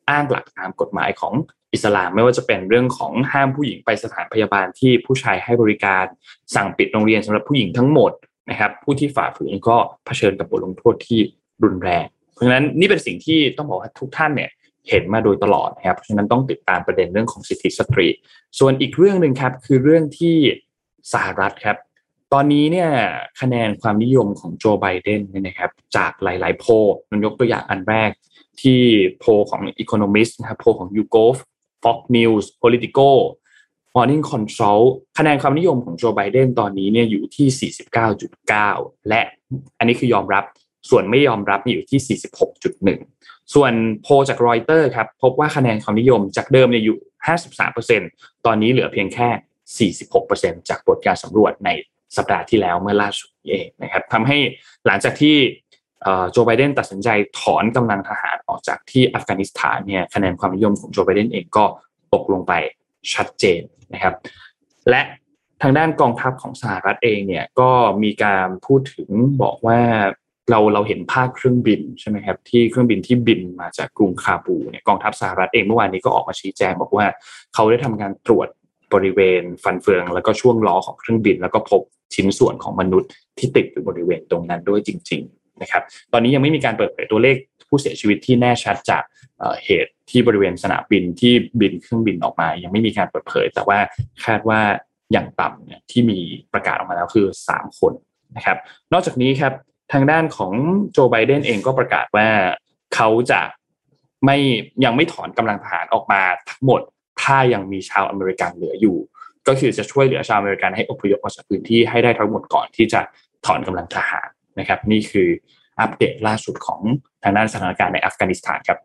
อ้างหลักตามกฎหมายของอิสลามไม่ว่าจะเป็นเรื่องของห้ามผู้หญิงไปสถานพยาบาลที่ผู้ชายให้บริการสั่งปิดโรงเรียนสำหรับผู้หญิงทั้งหมดนะครับผู้ที่ฝ่าฝืนก็เผชิญกับบทลงโทษที่รุนแรงเพราะฉะนั้นนี่เป็นสิ่งที่ต้องบอกว่าทุกท่านเนี่ยเห็นมาโดยตลอดนะครับเพราะฉะนั้นต้องติดตามประเด็นเรื่องของสิทธิสตรีส่วนอีกเรื่องนึงครับคือเรื่องที่สหรัฐครับตอนนี้เนี่ยคะแนนความนิยมของโจไบเดนเนี่ยนะครับจากหลายๆโพลมันยกตัวอย่างอันแรกที่โพลของ Economist นะครับโพลของ YouGov Fox News Politico Morning Consult คะแนนความนิยมของโจไบเดนตอนนี้เนี่ยอยู่ที่ สี่สิบเก้าจุดเก้า และอันนี้คือยอมรับส่วนไม่ยอมรับอยู่ที่ สี่สิบหกจุดหนึ่ง ส่วนโพลจากรอยเตอร์ครับพบว่าคะแนนความนิยมจากเดิมเนี่ยอยู่ ห้าสิบสามเปอร์เซ็นต์ ตอนนี้เหลือเพียงแค่ สี่สิบหกเปอร์เซ็นต์ จากผลการสำรวจในสัปดาห์ที่แล้วเมื่อล่าสุดนี้เองนะครับทำให้หลังจากที่โจไบเดนตัดสินใจถอนกำลังทหารออกจากที่อัฟกานิสถานเนี่ยคะแนนความนิยมของโจไบเดนเองก็ตกลงไปชัดเจนนะครับและทางด้านกองทัพของสหรัฐเองเนี่ยก็มีการพูดถึงบอกว่าเราเราเห็นภาพเครื่องบินใช่ไหมครับที่เครื่องบินที่บินมาจากกรุงคาบูเนี่ยกองทัพสหรัฐเองเมื่อวานนี้ก็ออกมาชี้แจงบอกว่าเขาได้ทำการตรวจบริเวณฟันเฟืองแล้วก็ช่วงล้อของเครื่องบินแล้วก็พบชิ้นส่วนของมนุษย์ที่ติดอยู่บริเวณตรงนั้นด้วยจริงๆนะครับตอนนี้ยังไม่มีการเปิดเผยตัวเลขผู้เสียชีวิตที่แน่ชัดจากเหตุที่บริเวณสนามบินที่บินเครื่องบินออกมายังไม่มีการเปิดเผยแต่ว่าคาดว่าอย่างต่ำเนี่ยที่มีประกาศออกมาแล้วคือสามคนนะครับนอกจากนี้ครับทางด้านของโจไบเดนเองก็ประกาศว่าเขาจะไม่ยังไม่ถอนกำลังทหารออกมาทั้งหมดถ้ายังมีชาวอเมริกันเหลืออยู่ก็คือจะช่วยเหลือชาวอเมริกันให้อพยพออกจากพื้นที่ให้ได้ทั้งหมดก่อนที่จะถอนกำลังทหารนะครับนี่คืออัปเดตล่าสุดของทางด้านสถานการณ์ในอัฟกานิสถานครับ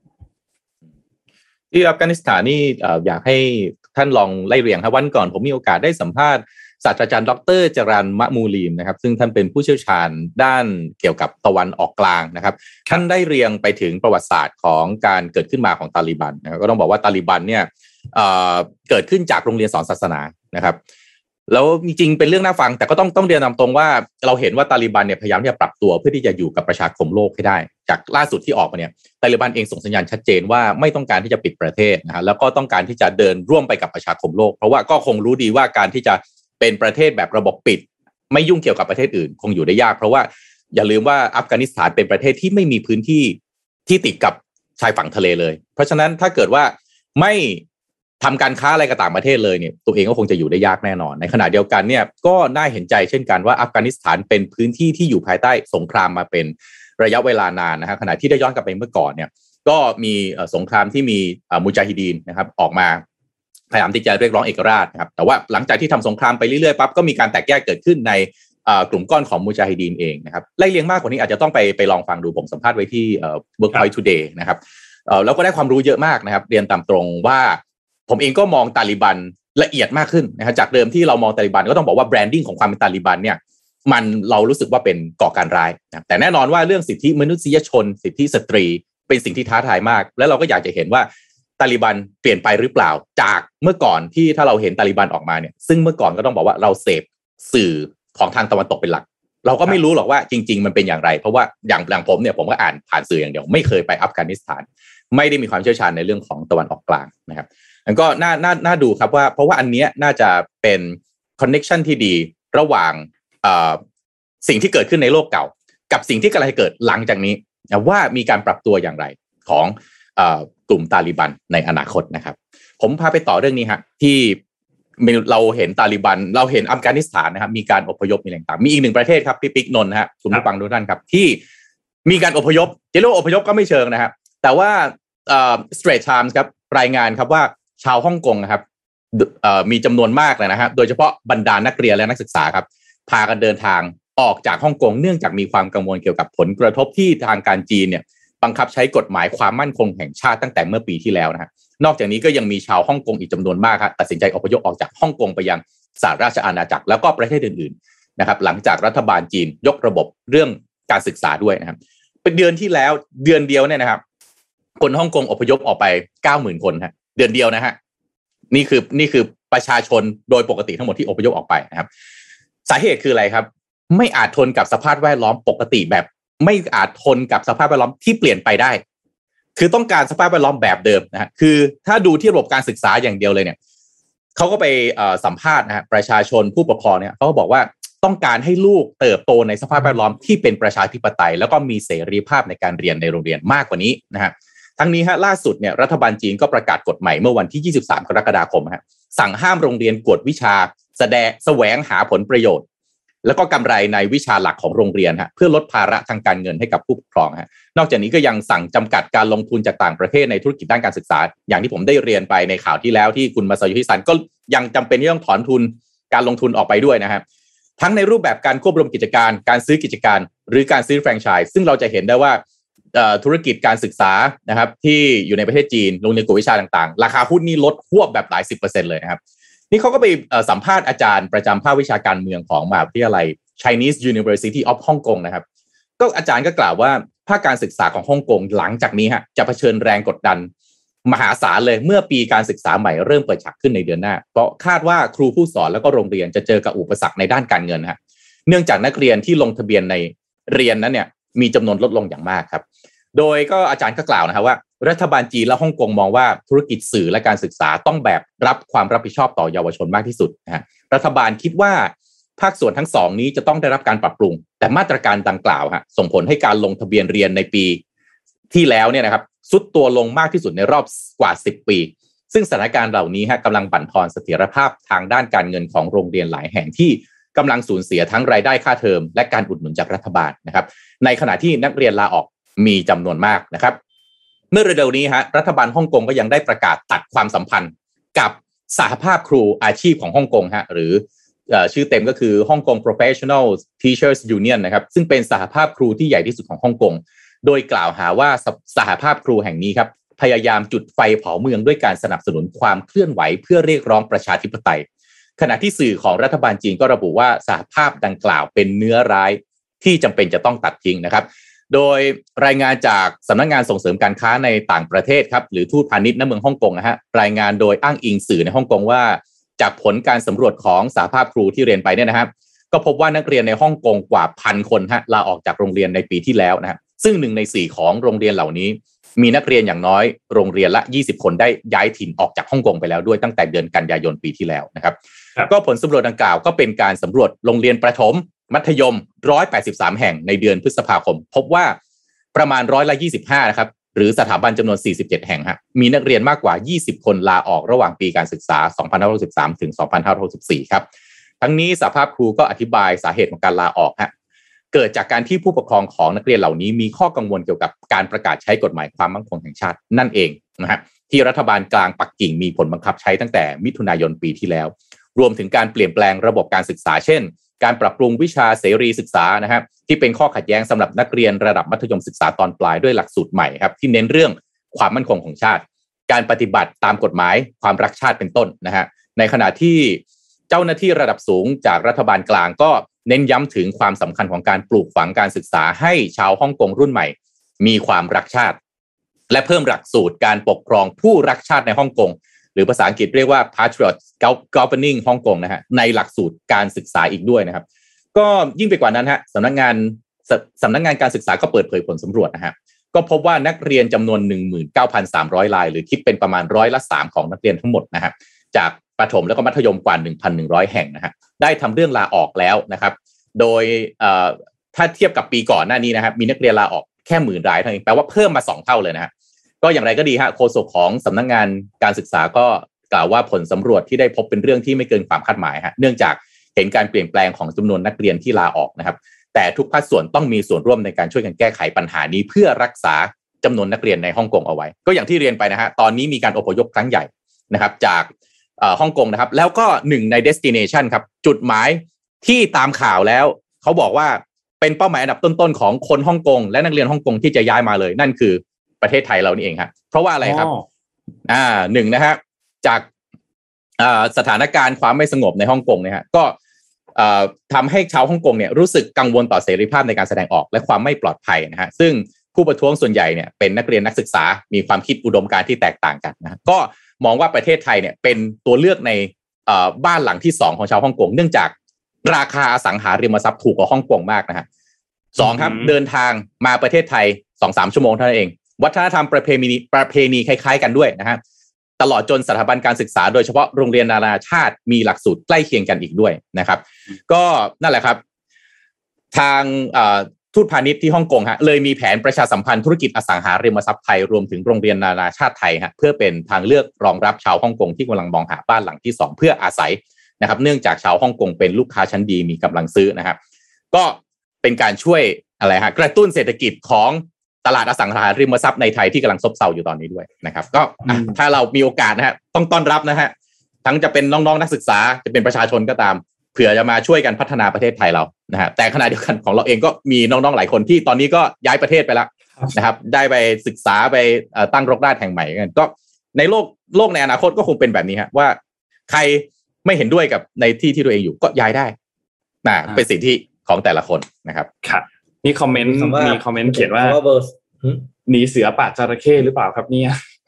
ที่อัฟกานิสถานนี่อยากให้ท่านลองไล่เรียงครับวันก่อนผมมีโอกาสได้สัมภาษณ์ศาสตราจารย์ดรจรัญมะมูลีมนะครับซึ่งท่านเป็นผู้เชี่ยวชาญด้านเกี่ยวกับตะวันออกกลางนะครับท่านได้เรียงไปถึงประวัติศาสตร์ของการเกิดขึ้นมาของตาลิบันนะครับก็ต้องบอกว่าตาลิบันเนี่ยเอ่อเกิดขึ้นจากโรงเรียนสอนศาสนานะครับแล้วจริงๆเป็นเรื่องน่าฟังแต่ก็ต้องต้องเรียนนำตรงว่าเราเห็นว่าตาลิบันเนี่ยพยายามที่จะปรับตัวเพื่อที่จะอยู่กับประชาคมโลกให้ได้จากล่าสุดที่ออกมาเนี่ยตาลิบันเองส่งสัญญาณชัดเจนว่าไม่ต้องการที่จะปิดประเทศนะฮะแล้วก็ต้องการที่จะเดินร่วมไปกับประชาคมโลกเพราะว่าก็คงรู้ดีว่าการที่จะเป็นประเทศแบบระบบปิดไม่ยุ่งเกี่ยวกับประเทศอื่นคงอยู่ได้ยากเพราะว่าอย่าลืมว่าอัฟกานิสถานเป็นประเทศที่ไม่มีพื้นที่ที่ติดกับชายฝั่งทะเลเลยเพราะฉะนั้นถ้าเกิดว่าไม่ทำการค้าอะไรกับต่างประเทศเลยเนี่ยตัวเองก็คงจะอยู่ได้ยากแน่นอนในขณะเดียวกันเนี่ยก็น่าเห็นใจเช่นกันว่าอัฟกานิสถานเป็นพื้นที่ที่อยู่ภายใต้สงครามมาเป็นระยะเวลานานนะฮะขณะที่ได้ย้อนกลับไปเมื่อก่อนเนี่ยก็มีสงครามที่มีมุจาฮิดีนนะครับออกมาพยายามที่จะเรียกร้องเอกราชนะครับแต่ว่าหลังจากที่ทำสงครามไปเรื่อยๆปั๊บก็มีการแตกแยกเกิดขึ้นในกลุ่มก้อนของมุจาฮิดีนเองนะครับไล่เรียงมากกว่านี้อาจจะต้องไปไปลองฟังดูผมสัมภาษณ์ไว้ที่ Workpoint Today นะครับแล้วก็ได้ความรู้เยอะมากนะครับเรียนตามตรงว่าผมเองก็มองตาลิบันละเอียดมากขึ้นนะครับจากเดิมที่เรามองตาลิบันก็ต้องบอกว่าแบรนดิ้งของความเป็นตาลิบันเนี่ยมันเรารู้สึกว่าเป็นก่อการร้ายนะแต่แน่นอนว่าเรื่องสิทธิมนุษยชนสิทธิสตรีเป็นสิ่งที่ท้าทายมากและเราก็อยากจะเห็นว่าตาลิบันเปลี่ยนไปหรือเปล่าจากเมื่อก่อนที่ถ้าเราเห็นตาลิบันออกมาเนี่ยซึ่งเมื่อก่อนก็ต้องบอกว่าเราเสพสื่อของทางตะวันตกเป็นหลักเราก็ไม่รู้หรอกว่าจริงๆมันเป็นอย่างไรเพราะว่าอย่างอย่างผมเนี่ยผมก็อ่านผ่านสื่ออย่างเดียวไม่เคยไปอัฟกานิสถานไม่ได้มีความเชี่ยวชาญในเรื่องของตะวันออกกลางนะครับแล้วก็น่าน่าน่าดูครับว่าเพราะว่าอันเนี้ยน่าจะเป็นคอนเนคชั่นที่ดีระหว่างเอ่อสิ่งที่เกิดขึ้นในโลกเก่ากับสิ่งที่กำลังจะเกิดหลังจากนี้ว่ามีการปรับตัวอย่างไรของเอ่อกลุ่มตาลิบันในอนาคตนะครับผมพาไปต่อเรื่องนี้ฮะที่เราเห็นตาลิบันเราเห็นอัฟกานิสถานนะครับมีการอพยพมีอะไรต่างมีอีกหนึ่งประเทศครับพี่ปิ๊กนนท์นะฮะคุณผู้ฟังทุกท่านครับที่มีการอพยพจะเรียกว่าอพยพก็ไม่เชิงนะครับแต่ว่าเอ่อ Straits Times ครับรายงานครับว่าชาวฮ่องกงนะครับมีจำนวนมากเลยนะฮะโดยเฉพาะบรรดานักเรียนและนักศึกษาครับพากันเดินทางออกจากฮ่องกงเนื่องจากมีความกังวลเกี่ยวกับผลกระทบที่ทางการจีนเนี่ยบังคับใช้กฎหมายความมั่นคงแห่งชาติตั้งแต่เมื่อปีที่แล้วนะฮะนอกจากนี้ก็ยังมีชาวฮ่องกงอีกจำนวนมากครับตัดสินใจอพยพออกจากฮ่องกงไปยังสหราชอาณาจักรแล้วก็ประเทศอื่นๆนะครับหลังจากรัฐบาลจีนยกระบบเรื่องการศึกษาด้วยนะครับเป็นเดือนที่แล้วเดือนเดียวเนี่ยนะครับคนฮ่องกงอพยพออกไป เก้าหมื่น คนฮะเดือนเดียวนะฮะนี่คือนี่คือประชาชนโดยปกติทั้งหมดที่อพยพออกไปนะครับสาเหตุคืออะไรครับไม่อาจทนกับสภาพแวดล้อมปกติแบบไม่อาจทนกับสภาพแวดล้อมที่เปลี่ยนไปได้คือต้องการสภาพแวดล้อมแบบเดิมนะฮะคือถ้าดูที่ระบบการศึกษาอย่างเดียวเลยเนี่ยเขาก็ไปสัมภาษณ์นะฮะประชาชนผู้ปกครองเนี่ยเขาก็บอกว่าต้องการให้ลูกเติบโตในสภาพแวดล้อมที่เป็นประชาธิปไตยแล้วก็มีเสรีภาพในการเรียนในโรงเรียนมากกว่านี้นะฮะทั้งนี้ฮะล่าสุดเนี่ยรัฐบาลจีนก็ประกาศกฎใหม่เมื่อวันที่ยี่สิบสามกรกฎาคมฮะสั่งห้ามโรงเรียนกวดวิชาแสดงแสวงหาผลประโยชน์แล้วก็กำไรในวิชาหลักของโรงเรียนฮะเพื่อลดภาระทางการเงินให้กับผู้ปกครองฮะนอกจากนี้ก็ยังสั่งจำกัดการลงทุนจากต่างประเทศในธุรกิจด้านการศึกษาอย่างที่ผมได้เรียนไปในข่าวที่แล้วที่คุณมาซาโยชิซันก็ยังจำเป็นที่ต้องถอนทุนการลงทุนออกไปด้วยนะครับทั้งในรูปแบบการควบรวมกิจการการซื้อกิจการหรือการซื้อแฟรนไชส์ซึ่งเราจะเห็นได้ว่าธุรกิจการศึกษานะครับที่อยู่ในประเทศจีนโรงเรียนกวดวิชาต่างๆราคาหุ้นนี่ลดหวบแบบหลายสิบเปอร์เซ็นต์เลยนะครับนี่เขาก็ไปสัมภาษณ์อาจารย์ประจำภาควิชาการเมืองของมหาวิทยาลัย Chinese University of Hong Kong นะครับก็อาจารย์ก็กล่าวว่าภาคการศึกษาของฮ่องกงหลังจากนี้ฮะจะเผชิญแรงกดดันมหาศาลเลยเมื่อปีการศึกษาใหม่เริ่มเปิดฉากขึ้นในเดือนหน้าเพราะคาดว่าครูผู้สอนแล้วก็โรงเรียนจะเจอกับอุปสรรคในด้านการเงินฮะเนื่องจากนักเรียนที่ลงทะเบียนในเรียนนั้นเนี่ยมีจำนวนลดลงอย่างมากครับโดยก็อาจารย์ก็กล่าวนะครับว่ารัฐบาลจีนและฮ่องกงมองว่าธุรกิจสื่อและการศึกษาต้องแบกรับความรับผิดชอบต่อเยาวชนมากที่สุดนะฮะรัฐบาลคิดว่าภาคส่วนทั้งสองนี้จะต้องได้รับการปรับปรุงแต่มาตรการดังกล่าวฮะส่งผลให้การลงทะเบียนเรียนในปีที่แล้วเนี่ยนะครับซุดตัวลงมากที่สุดในรอบกว่าสิบปีซึ่งสถานการณ์เหล่านี้ฮะกำลังบั่นทอนเสถียรภาพทางด้านการเงินของโรงเรียนหลายแห่งที่กำลังสูญเสียทั้งรายได้ค่าเทอมและการอุดหนุนจากรัฐบาลนะครับในขณะที่นักเรียนลาออกมีจำนวนมากนะครับเมื่อเร็วๆนี้ฮะรัฐบาลฮ่องกงก็ยังได้ประกาศตัดความสัมพันธ์กับสหภาพครูอาชีพของฮ่องกงฮะหรือชื่อเต็มก็คือ Hong Kong Professional Teachers Union นะครับซึ่งเป็นสหภาพครูที่ใหญ่ที่สุดของฮ่องกงโดยกล่าวหาว่าสหภาพครูแห่งนี้ครับพยายามจุดไฟเผาเมืองด้วยการสนับสนุนความเคลื่อนไหวเพื่อเรียกร้องประชาธิปไตยขณะที่สื่อของรัฐบาลจีนก็ระบุว่าสหภาพดังกล่าวเป็นเนื้อร้ายที่จำเป็นจะต้องตัดทิ้งนะครับโดยรายงานจากสำนักงานส่งเสริมการค้าในต่างประเทศครับหรือทูตพาณิชย์ณเมืองฮ่องกงนะฮะรายงานโดยอ้างอิงสื่อในฮ่องกงว่าจากผลการสำรวจของสหภาพครูที่เรียนไปเนี่ยนะครับก็พบว่านักเรียนในฮ่องกงกว่าพันคนฮะลาออกจากโรงเรียนในปีที่แล้วนะฮะซึ่งหนึ่งในสี่ของโรงเรียนเหล่านี้มีนักเรียนอย่างน้อยโรงเรียนละยี่สิบคนได้ย้ายถิ่นออกจากฮ่องกงไปแล้วด้วยตั้งแต่เดือนกันยายนปีที่แล้วนะครับก็ผลสำรวจดังกล่าวก็เป็นการสำรวจโรงเรียนประถมมัธยมหนึ่งร้อยแปดสิบสามแห่งในเดือนพฤษภาคมพบว่าประมาณร้อยละยี่สิบห้านะครับหรือสถาบันจำนวนสี่สิบเจ็ดแห่งฮะมีนักเรียนมากกว่ายี่สิบคนลาออกระหว่างปีการศึกษาสองพันห้าร้อยหกสิบสามถึงสองพันห้าร้อยหกสิบสี่ครับทั้งนี้สหภาพครูก็อธิบายสาเหตุของการลาออกฮะเกิดจากการที่ผู้ปกครองของนักเรียนเหล่านี้มีข้อกังวลเกี่ยวกับการประกาศใช้กฎหมายความมั่นคงแห่งชาตินั่นเองนะฮะที่รัฐบาลกลางปักกิ่งมีผลบังคับใช้ตั้งแต่มิถุนายนปีที่แล้วรวมถึงการเปลี่ยนแปลงระบบการศึกษาเช่นการปรับปรุงวิชาเสรีศึกษานะครับที่เป็นข้อขัดแย้งสำหรับนักเรียนระดับมัธยมศึกษาตอนปลายด้วยหลักสูตรใหม่ครับที่เน้นเรื่องความมั่นคงของชาติการปฏิบัติตามกฎหมายความรักชาติเป็นต้นนะฮะในขณะที่เจ้าหน้าที่ระดับสูงจากรัฐบาลกลางก็เน้นย้ำถึงความสำคัญของการปลูกฝังการศึกษาให้ชาวฮ่องกงรุ่นใหม่มีความรักชาติและเพิ่มหลักสูตรการปกครองผู้รักชาติในฮ่องกงหรือภาษาอังกฤษเรียกว่า Patriot Governing ฮ่องกงนะฮะในหลักสูตรการศึกษาอีกด้วยนะครับก็ยิ่งไปกว่านั้นฮะสำนักงานสำนักงานการศึกษาก็เปิดเผยผลสำรวจนะฮะก็พบว่านักเรียนจำนวน หนึ่งหมื่นเก้าพันสามร้อย รายหรือคิดเป็นประมาณร้อยละสามของนักเรียนทั้งหมดนะฮะจากประถมแล้วก็มัธยมกว่า หนึ่งพันหนึ่งร้อย แห่งนะฮะได้ทำเรื่องลาออกแล้วนะครับโดยถ้าเทียบกับปีก่อนหน้านี้นะครับมีนักเรียนลาออกแค่หมื่นรายเท่านั้นแปลว่าเพิ่มมาสองเท่าเลยนะฮะก็อย่างไรก็ดีฮะโฆษกของสำนักงานการศึกษาก็กล่าวว่าผลสำรวจที่ได้พบเป็นเรื่องที่ไม่เกินความคาดหมายฮะเนื่องจากเห็นการเปลี่ยนแปลงของจำนวนนักเรียนที่ลาออกนะครับแต่ทุกภาคส่วนต้องมีส่วนร่วมในการช่วยกันแก้ไขปัญหานี้เพื่อรักษาจำนวนนักเรียนในฮ่องกงเอาไว้ก็อย่างที่เรียนไปนะฮะตอนนี้มีการอพยพครั้งใหญ่นะครับจากฮ่องกงนะครับแล้วก็หนึ่งใน destination ครับจุดหมายที่ตามข่าวแล้วเขาบอกว่าเป็นเป้าหมายอันดับต้นๆของคนฮ่องกงและนักเรียนฮ่องกงที่จะย้ายมาเลยนั่นคือประเทศไทยเรานี่เองครับเพราะว่าอะไรครับอ่าหนึ่งนะฮะจากสถานการณ์ความไม่สงบในฮ่องกงเนี่ยฮะก็ทำให้ชาวฮ่องกงเนี่ยรู้สึกกังวลต่อเสรีภาพในการแสดงออกและความไม่ปลอดภัยนะฮะซึ่งผู้ประท้วงส่วนใหญ่เนี่ยเป็นนักเรียนนักศึกษามีความคิดอุดมการณ์ที่แตกต่างกันนะก็มองว่าประเทศไทยเนี่ยเป็นตัวเลือกในบ้านหลังที่สองของชาวฮ่องกงเนื่องจากราคาอสังหาริมทรัพย์ถูกกว่าฮ่องกงมากนะฮะสองครับเดินทางมาประเทศไทย สองถึงสาม ชั่วโมงเท่านั้นเองวัฒนธรรมประเพณีประเพณีคล้ายๆกันด้วยนะฮะตลอดจนสถาบันการศึกษาโดยเฉพาะโรงเรียนนานาชาติมีหลักสูตรใกล้เคียงกันอีกด้วยนะครับก็นั่นแหละครับทางทูตพาณิชย์ที่ฮ่องกงฮะเลยมีแผนประชาสัมพันธ์ธุรกิจอสังหาริมทรัพย์ไทยรวมถึงโรงเรียนนานาชาติไทยฮะเพื่อเป็นทางเลือกรองรับชาวฮ่องกงที่กำลังมองหาบ้านหลังที่สองเพื่ออาศัยนะครับเนื่องจากชาวฮ่องกงเป็นลูกค้าชั้นดีมีกำลังซื้อนะครับก็เป็นการช่วยอะไรฮะกระตุ้นเศรษฐกิจของตลาดอสังหาริมทรัพย์ในไทยที่กำลังซบเซาอยู่ตอนนี้ด้วยนะครับก็ถ้าเรามีโอกาสนะฮะต้องต้อนรับนะฮะทั้งจะเป็นน้องๆนักศึกษาจะเป็นประชาชนก็ตามเผื่อจะมาช่วยกันพัฒนาประเทศไทยเรานะฮะแต่ขณะเดียวกันของเราเองก็มีน้องๆหลายคนที่ตอนนี้ก็ย้ายประเทศไปแล้วนะครับได้ไปศึกษาไปตั้งรกรากแห่งใหม่กันก็ในโลกโลกในอนาคตก็คงเป็นแบบนี้ฮะว่าใครไม่เห็นด้วยกับในที่ที่ตัวเองอยู่ก็ย้ายได้นะเป็นสิทธิของแต่ละคนนะครับครับมีคอมเมนต์มีคอมเมนต์เขียนว่าหนีเสือป่าจระเข้หรือเปล่าครับเนี่ย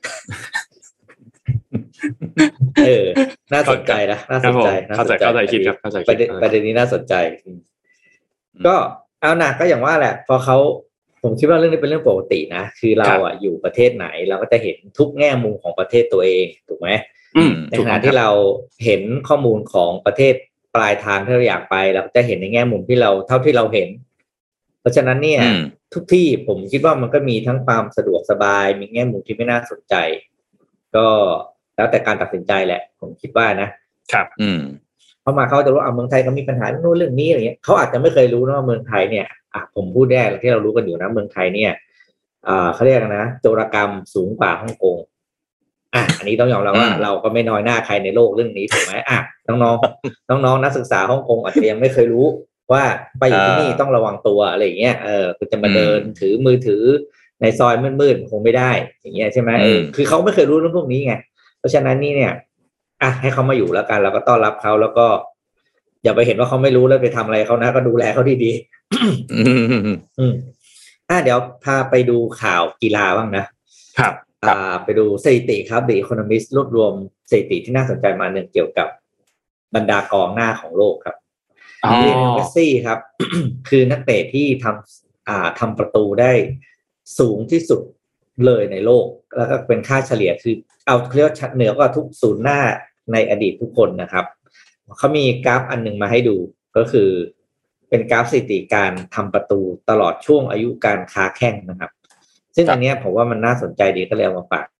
เออน่าสนใจนะน่าสนใจเข้าใจเข้าใจคิดครับเข้าใจประเด็นประเด็นนี้น่าสนใจก็เอาหนักก็อย่างว่าแหละพอเขาผมคิดว่าเรื่องนี้เป็นเรื่องปกตินะคือเราอ่ะอยู่ประเทศไหนเราก็จะเห็นทุกแง่มุมของประเทศตัวเองถูกไหมในขณะที่เราเห็นข้อมูลของประเทศปลายทางที่เราอยากไปเราจะเห็นในแง่มุมที่เราเท่าที่เราเห็นเพราะฉะนั้นเนี่ยทุกที่ผมคิดว่ามันก็มีทั้งความสะดวกสบายมีแง่มุมที่ไม่น่าสนใจก็แล้วแต่การตัดสินใจแหละผมคิดว่านะครับอืมพอมาเขาจะรู้อ่ะเมืองไทยก็มีปัญหาเรื่องนู้นเรื่องนี้อะไรเงี้ยเขาอาจจะไม่เคยรู้นะว่าเมืองไทยเนี่ยอ่ะผมพูดได้ที่เรารู้กันอยู่นะเมืองไทยเนี่ยอ่าเขาเรียกนะโจรกรรมสูงกว่าฮ่องกงอ่ะอันนี้ต้องยอมรับว่าเราก็ไม่น้อยหน้าใครในโลกเรื่องนี้ถูกไหมอ่ะน้องๆน้องๆนักศึกษาฮ่องกงอาจจะยังไม่เคยรู้ว่าไปอยู่ที่นี่ต้องระวังตัวอะไรอย่างเงี้ยเออคุณจะมาเดินถือมือถือในซอยมืดๆคงไม่ได้อย่างเงี้ยใช่ไหมคือเขาไม่เคยรู้เรื่องพวกนี้ไงเพราะฉะนั้นนี่เนี่ยอ่ะให้เขามาอยู่แล้วกันเราก็ต้อนรับเขาแล้วก็อย่าไปเห็นว่าเขาไม่รู้แล้วไปทำอะไรเขานะก็ดูแลเขาดีๆอืมอ่ะเดี๋ยวพาไปดูข่าวกีฬาบ้างนะครับอ่าไปดูสถิติครับ The Economist รวบรวมสถิติที่น่าสนใจมาหนึ่งเกี่ยวกับบรรดากองหน้าของโลกครับลีโอเนล เมสซี่ครับ คือนักเตะที่ทำอ่าทำประตูได้สูงที่สุดเลยในโลกแล้วก็เป็นค่าเฉลี่ยคือเอาเรียกว่าเหนือกว่าทุกศูนย์หน้าในอดีตทุกคนนะครับเขามีกราฟอันนึงมาให้ดูก็คือเป็นกราฟสถิติการทำประตูตลอดช่วงอายุการค้าแข่งนะครับซึ่งอันนี้ผมว่ามันน่าสนใจดีก็เลยเอามาฝาก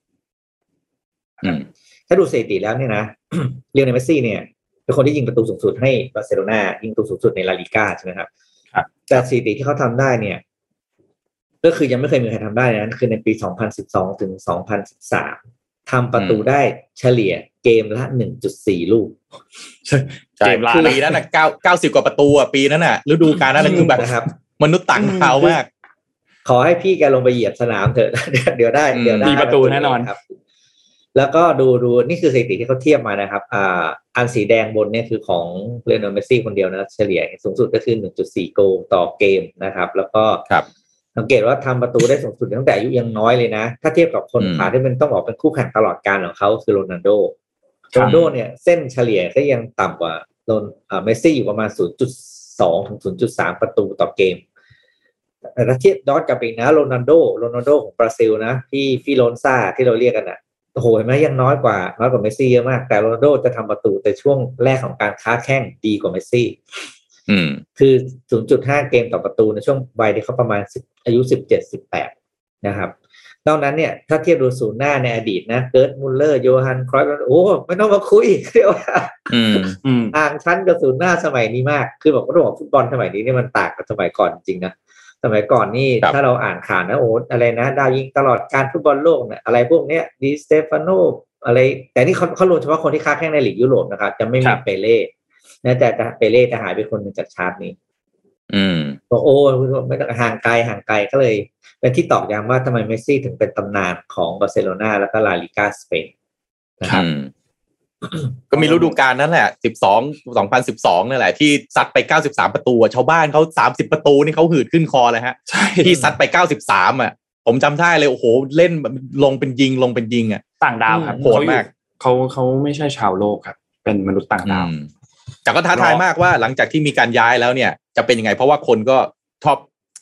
ถ้าดูสถิติแล้วเนี่ยนะ ลีโอเนล เมสซี่เนี่ยเป็นคนที่ยิงประตูสูงสุดให้บาร์เซโลนายิงประตูสูงสุดในลาลิก้าใช่ไหมครับแต่สถิติที่เขาทำได้เนี่ยก็คือยังไม่เคยมีใครทำได้นะคือในปีสองพันสิบสองถึงสองพันสิบสามทำประตูได้เฉลี่ยเกมละ หนึ่งจุดสี่ ลูกเกมละปีนั้นน่ะเก้า เก้าสิบกว่าประตูอ่ะปีนั้นน่ะฤดูกาลนั้นคือแบบนะครับมนุษย์ต่างดาวมากขอให้พี่แกลงไปเหยียบสนามเถอะเดี๋ยวได้เดี๋ยวได้มีประตูแน่นอนครับแล้วก็ดูดูนี่คือสถิติที่เขาเทียบมานะครับอ่าอันสีแดงบนเนี่ยคือของลีโอเนล เมสซี่คนเดียวนะเฉลี่ยสูงสุดก็คือ หนึ่งจุดสี่ โกลต่อเกมนะครับแล้วก็สังเกตว่าทำประตูได้สูงสุดตั้งแต่อายุยังน้อยเลยนะถ้าเทียบกับคนขาที่มันต้องบอกเป็นคู่แข่งตลอดกาลของเขาคือโรนัลโดโรนัลโดเนี่ยเส้นเฉลี่ยก็ยังต่ำกว่าโรนอ่าเมสซี่อยู่ประมาณ ศูนย์จุดสอง ถึง ศูนย์จุดสาม ประตูต่อเกมแต่ถ้าเทียบย้อนกลับไปนะโรนัลโดโรนัลโดของบราซิลนะที่ฟิโลนซ่าที่เราเรียกกันอ่ะโอ้โหเห็นไหมยังน้อยกว่าน้อยกว่าเมสซี่เยอะมากแต่โรนัลโดจะทำประตูในช่วงแรกของการค้าแข้งดีกว่าเมสซี่อืมคือ ศูนย์จุดห้า เกมต่อประตูในช่วงวัยที่เขาประมาณอายุสิบเจ็ด สิบแปดนะครับนอกนั้นเนี่ยถ้าเทียบดูศูนย์หน้าในอดีตนะเกิร์ตมุลเลอร์โยฮันครอยฟ์โอ้ไม่ต้องมาคุยเรียกว่าอืมอืมห่างชั้นกับศูนย์หน้าสมัยนี้มากคือบอกว่าเรื่องของฟุตบอลสมัยนี้นี่มันต่างกับสมัยก่อนจริงนะสมัยก่อนนี่ถ้าเราอ่านข่าวนะโอ้อะไรนะดาวยิงตลอดการฟุตบอลโลกเนี่ยอะไรพวกเนี้ยดิสเตฟานโนอะไรแต่นี่เขาเขาลงเฉพาะคนที่ค้าแข่งในลีกยุโรปนะครับจะไม่มีเปเล่นะแต่เปเล่จะหายไปคนนึงจากชาร์ตนี้อืมบอกโอ้ไม่ต้องห่างไกลห่างไกลก็เลยเป็นที่ตอกย้ำว่าทำไมเมสซี่ถึงเป็นตำนานของบาร์เซโลนาแล้วก็ลาลิก้าสเปนนะครับก็มีฤดูกาลนั้นแหละสิบสอง สองพันสิบสองนั่นแหละที่ซัดไปเก้าสิบสามประตูชาวบ้านเขาสามสิบประตูนี่เขาหืดขึ้นคอเลยฮะใช่ที่ซัดไปเก้าสิบสามอ่ะผมจำได้เลยโอ้โหเล่นลงเป็นยิงลงเป็นยิงอ่ะต่างดาวครับโหดมากเขาเขาไม่ใช่ชาวโลกครับเป็นมนุษย์ต่างดาวแต่ก็ท้าทายมากว่าหลังจากที่มีการย้ายแล้วเนี่ยจะเป็นยังไงเพราะว่าคนก็ชอบ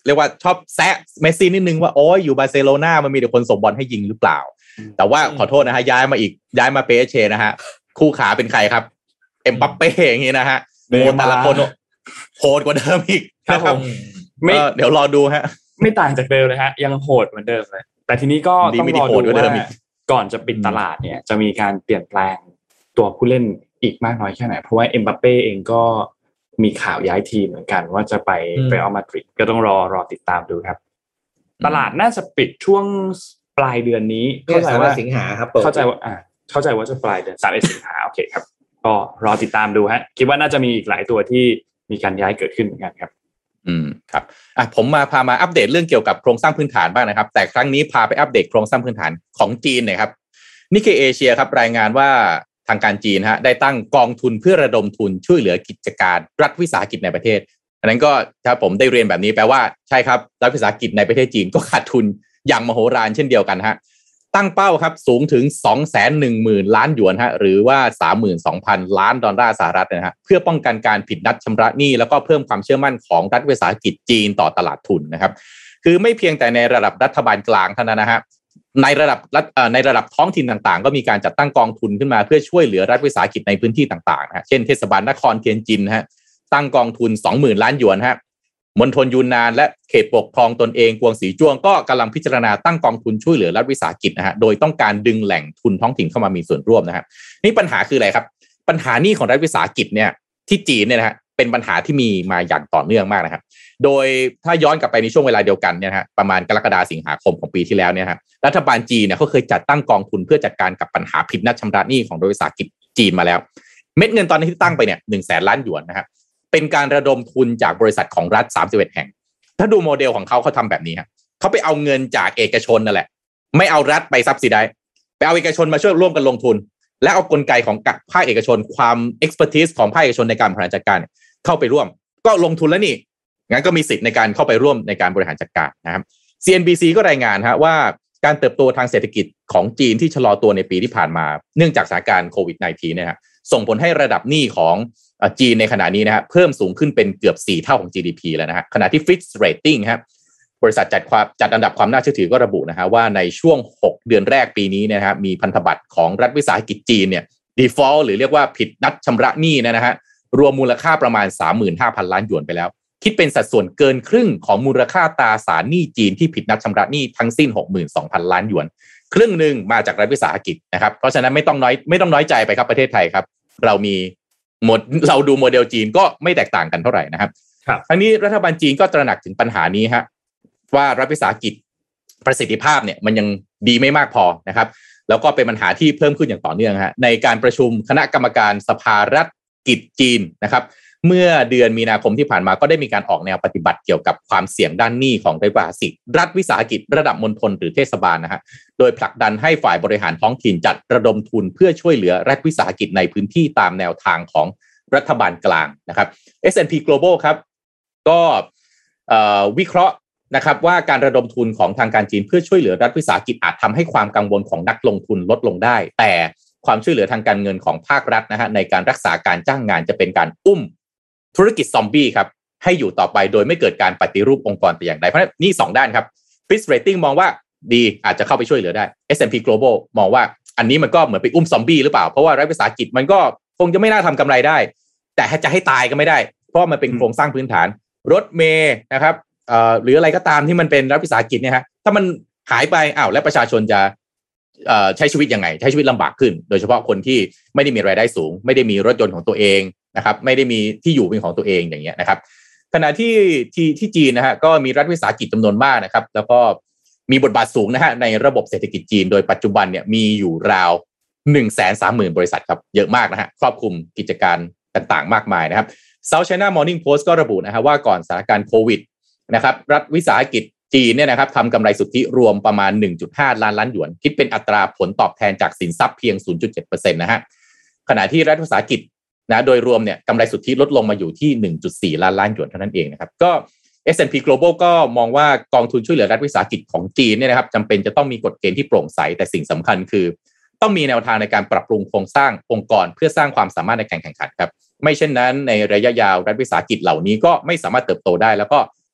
เรียกว่าชอบแซะเมสซี่นิดนึงว่าโอ้ยอยู่บาร์เซโลนามันมีแต่คนส่งบอลให้ยิงหรือเปล่าแต่ว่าขอโทษนะฮะย้ายมาอีกย้ายมาเปเชนะฮะคู่ขาเป็นใครครับเอ็มบัปเป้อย่างงี้นะฮะโอ้แต่ละคนโหดกว่าเดิมอีกนะครับไม่เดี๋ยวรอดูฮะไม่ต่างจากเดิมเลยฮะยังโหดเหมือนเดิมเลยแต่ทีนี้ก็ต้องรอดูว่าก่อนจะปิดตลาดเนี่ยจะมีการเปลี่ยนแปลงตัวผู้เล่นอีกมากน้อยแค่ไหนเพราะว่าเอ็มบัปเป้เองก็มีข่าวย้ายทีมเหมือนกันว่าจะไปเรอัลมาดริดก็ต้องรอรอติดตามดูครับตลาดน่าจะปิดช่วงปลายเดือนนี้เข้าใจว่าสิงหาครับเข้าใจว่าอ่าเข้าใจว่าจะปลายเดือนสามสิบเอ็ดสิงหาโอเคครับก็รอติดตามดูฮะคิดว่าน่าจะมีอีกหลายตัวที่มีการย้ายเกิดขึ้นเหมือนกันครับอืมครับอ่ะผมมาพามาอัปเดตเรื่องเกี่ยวกับโครงสร้างพื้นฐานบ้างนะครับแต่ครั้งนี้พาไปอัปเดตโครงสร้างพื้นฐานของจีนหน่อยครับนิเคเอเชียครับรายงานว่าทางการจีนฮะได้ตั้งกองทุนเพื่อระดมทุนช่วยเหลือกิจการรัฐวิสาหกิจในประเทศอันนั้นก็ถ้าผมได้เรียนแบบนี้แปลว่าใช่ครับรัฐวิสาหกิจในประเทศจีนก็ขาดทุนอย่างมโหฬารเช่นเดียวกันฮะตั้งเป้าครับสูงถึง สองแสนหนึ่งหมื่น ล้านหยวนฮะหรือว่า สามหมื่นสองพัน ล้านดอลลาร์สหรัฐนะฮะเพื่อป้องกันการผิดนัดชำระหนี้แล้วก็เพิ่มความเชื่อมั่นของรัฐวิสาหกิจจีนต่อตลาดทุนนะครับคือไม่เพียงแต่ในระดับรัฐบาลกลางเท่านั้นนะฮะในระดับในระดับท้องถิ่นต่างๆก็มีการจัดตั้งกองทุนขึ้นมาเพื่อช่วยเหลือรัฐวิสาหกิจในพื้นที่ต่างๆนะฮะเช่นเทศบาลนครเทียนจินฮะตั้งกองทุน สองหมื่น ล้านหยวนฮะมณฑลยูนนานและเขตปกครองตนเองกวงสีจ้วงก็กำลังพิจารณาตั้งกองทุนช่วยเหลือรัฐวิสาหกิจนะฮะโดยต้องการดึงแหล่งทุนท้องถิ่นเข้ามามีส่วนร่วมนะฮะนี่ปัญหาคืออะไรครับปัญหาหนี้ของรัฐวิสาหกิจเนี่ยที่จีนเนี่ยนะฮะเป็นปัญหาที่มีมาอย่างต่อเนื่องมากนะครับโดยถ้าย้อนกลับไปในช่วงเวลาเดียวกันเนี่ยฮะประมาณกรกฎาคมสิงหาคมของปีที่แล้วเนี่ยฮะรัฐบาลจีนเนี่ยเขาเคยจัดตั้งกองทุนเพื่อจัดการกับปัญหาผิดนัดชำระหนี้ของรัฐวิสาหกิจจีนมาแล้วเม็ดเงินตอนนี้ที่ตั้งไปเนี่ย หนึ่งแสน ล้านหยวนนะฮะเป็นการระดมทุนจากบริษัทของรัฐสามสิบเอ็ดแห่งถ้าดูโมเดลของเขาเขาทำแบบนี้ครับเขาไปเอาเงินจากเอกชนนั่นแหละไม่เอารัฐไปซับซิไดซ์ไปเอาเอกชนมาช่วยร่วมกันลงทุนและเอากลไกของภาคเอกชนความ expertise ของภาคเอกชนในการบริหารจัดการเข้าไปร่วมก็ลงทุนแล้วนี่งั้นก็มีสิทธิ์ในการเข้าไปร่วมในการบริหารจัดการนะครับ ซี เอ็น บี ซี ก็รายงานฮะว่าการเติบโตทางเศรษฐกิจของจีนที่ชะลอตัวในปีที่ผ่านมาเนื่องจากสถานการณ์โควิด สิบเก้า เนี่ยฮะส่งผลให้ระดับหนี้ของจีนในขณะนี้นะฮะเพิ่มสูงขึ้นเป็นเกือบสี่เท่าของ จี ดี พี แล้วนะฮะขณะที่ Fitch Rating ครับบริษัทจัดความจัดอันดับความน่าเชื่อถือก็ระบุนะฮะว่าในช่วงหกเดือนแรกปีนี้นะฮะมีพันธบัตรของรัฐวิสาหกิจจีนเนี่ย default หรือเรียกว่าผิดนัดชำระหนี้นะฮะรวมมูลค่าประมาณ สามหมื่นห้าพัน ล้านหยวนไปแล้วคิดเป็นสัดส่วนเกินครึ่งของมูลค่าตราสารหนี้จีนที่ผิดนัดชำระหนี้ทั้งสิ้น หกหมื่นสองพัน ล้านหยวนครึ่งนึงมาจากรัฐวิสาหกิจนะครับเพราะฉะนั้นไม่ต้องน้อยไม่ต้องน้อยใจไปครับประเทศไทยครับเรามีหมดเราดูโมเดลจีนก็ไม่แตกต่างกันเท่าไหร่นะครับทั้งนี้รัฐบาลจีนก็ตระหนักถึงปัญหานี้ฮะว่ารัฐวิสาหกิจประสิทธิภาพเนี่ยมันยังดีไม่มากพอนะครับแล้วก็เป็นปัญหาที่เพิ่มขึ้นอย่างต่อเนื่องฮะในการประชุมคณะกรรมการสภารัฐกิจจีนนะครับเมื่อเดือนมีนาคมที่ผ่านมาก็ได้มีการออกแนวปฏิบัติเกี่ยวกับความเสี่ยงด้านหนี้ของรัฐวิสาหกิจรัฐวิสาหกิจระดับมณฑลหรือเทศบาลนะฮะโดยผลักดันให้ฝ่ายบริหารท้องถิ่นจัดระดมทุนเพื่อช่วยเหลือรัฐวิสาหกิจในพื้นที่ตามแนวทางของรัฐบาลกลางนะครับ เอส แอนด์ พี Global ครับก็วิเคราะห์นะครับว่าการระดมทุนของทางการจีนเพื่อช่วยเหลือรัฐวิสาหกิจอาจทำให้ความกังวลของนักลงทุนลดลงได้แต่ความช่วยเหลือทางการเงินของภาครัฐนะฮะในการรักษาการจ้างงานจะเป็นการอุ้มธุรกิจซอมบี้ครับให้อยู่ต่อไปโดยไม่เกิดการปฏิรูปองค์กรแต่อย่างใดเพราะฉะนั้นนี่สองด้านครับ Fitch Rating มองว่าดีอาจจะเข้าไปช่วยเหลือได้ เอส แอนด์ พี Global มองว่าอันนี้มันก็เหมือนไปอุ้มซอมบี้หรือเปล่าเพราะว่ารัฐวิสาหกิจมันก็คงจะไม่น่าทำกำไรได้แต่จะให้ตายก็ไม่ได้เพราะมันเป็นโครงสร้างพื้นฐานรถเมล์นะครับเอ่อหรืออะไรก็ตามที่มันเป็นรัฐวิสาหกิจเนี่ยฮะถ้ามันหายไปอ้าวแล้วประชาชนจะเอ่อใช้ชีวิตยังไงใช้ชีวิตลำบากขึ้นโดยเฉพาะคนที่ไม่ได้มีรายได้สูงไม่ได้มีรถยนต์ของตัวเองนะครับไม่ได้มีที่อยู่เป็นของตัวเองอย่างเงี้ยนะครับขณะที่ที่ที่จีนนะฮะก็มีรัฐวิสาหกิจจำนวนมากนะครับแล้วก็มีบทบาทสูงนะฮะในระบบเศรษฐกิจจีนโดยปัจจุบันเนี่ยมีอยู่ราว หนึ่งแสนสามหมื่น บริษัทครับเยอะมากนะฮะครอบคลุมกิจการต่างๆมากมายนะครับ South China Morning Post ก็ระบุนะฮะว่าก่อนสถานการณ์โควิดนะครับรัฐวิสาหกิจจีนเนี่ยนะครับทำกำไรสุทธิรวมประมาณ หนึ่งจุดห้า ล้านล้านหยวนคิดเป็นอัตราผลตอบแทนจากสินทรัพย์เพียง ศูนย์จุดเจ็ดเปอร์เซ็นต์ นะฮะขณะที่รัฐวิสาหกิจนะโดยรวมเนี่ยกำไรสุทธิลดลงมาอยู่ที่ หนึ่งจุดสี่ ล้านล้านหยวนเท่านั้นเองนะครับก็ เอส แอนด์ พี Global ก็มองว่ากองทุนช่วยเหลือรัฐวิสาหกิจของจีนเนี่ยนะครับจำเป็นจะต้องมีกฎเกณฑ์ที่โปร่งใสแต่สิ่งสำคัญคือต้องมีแนวทางในการปรับปรุงโครงสร้างองค์กรเพื่อสร้างความสามารถในการแข่งขันครับไม่เช่นนั้นในระยะยาวรัฐวิสาหกิจเหล่านี้ก็ไม่สามารถเติบโตได้แล้วก็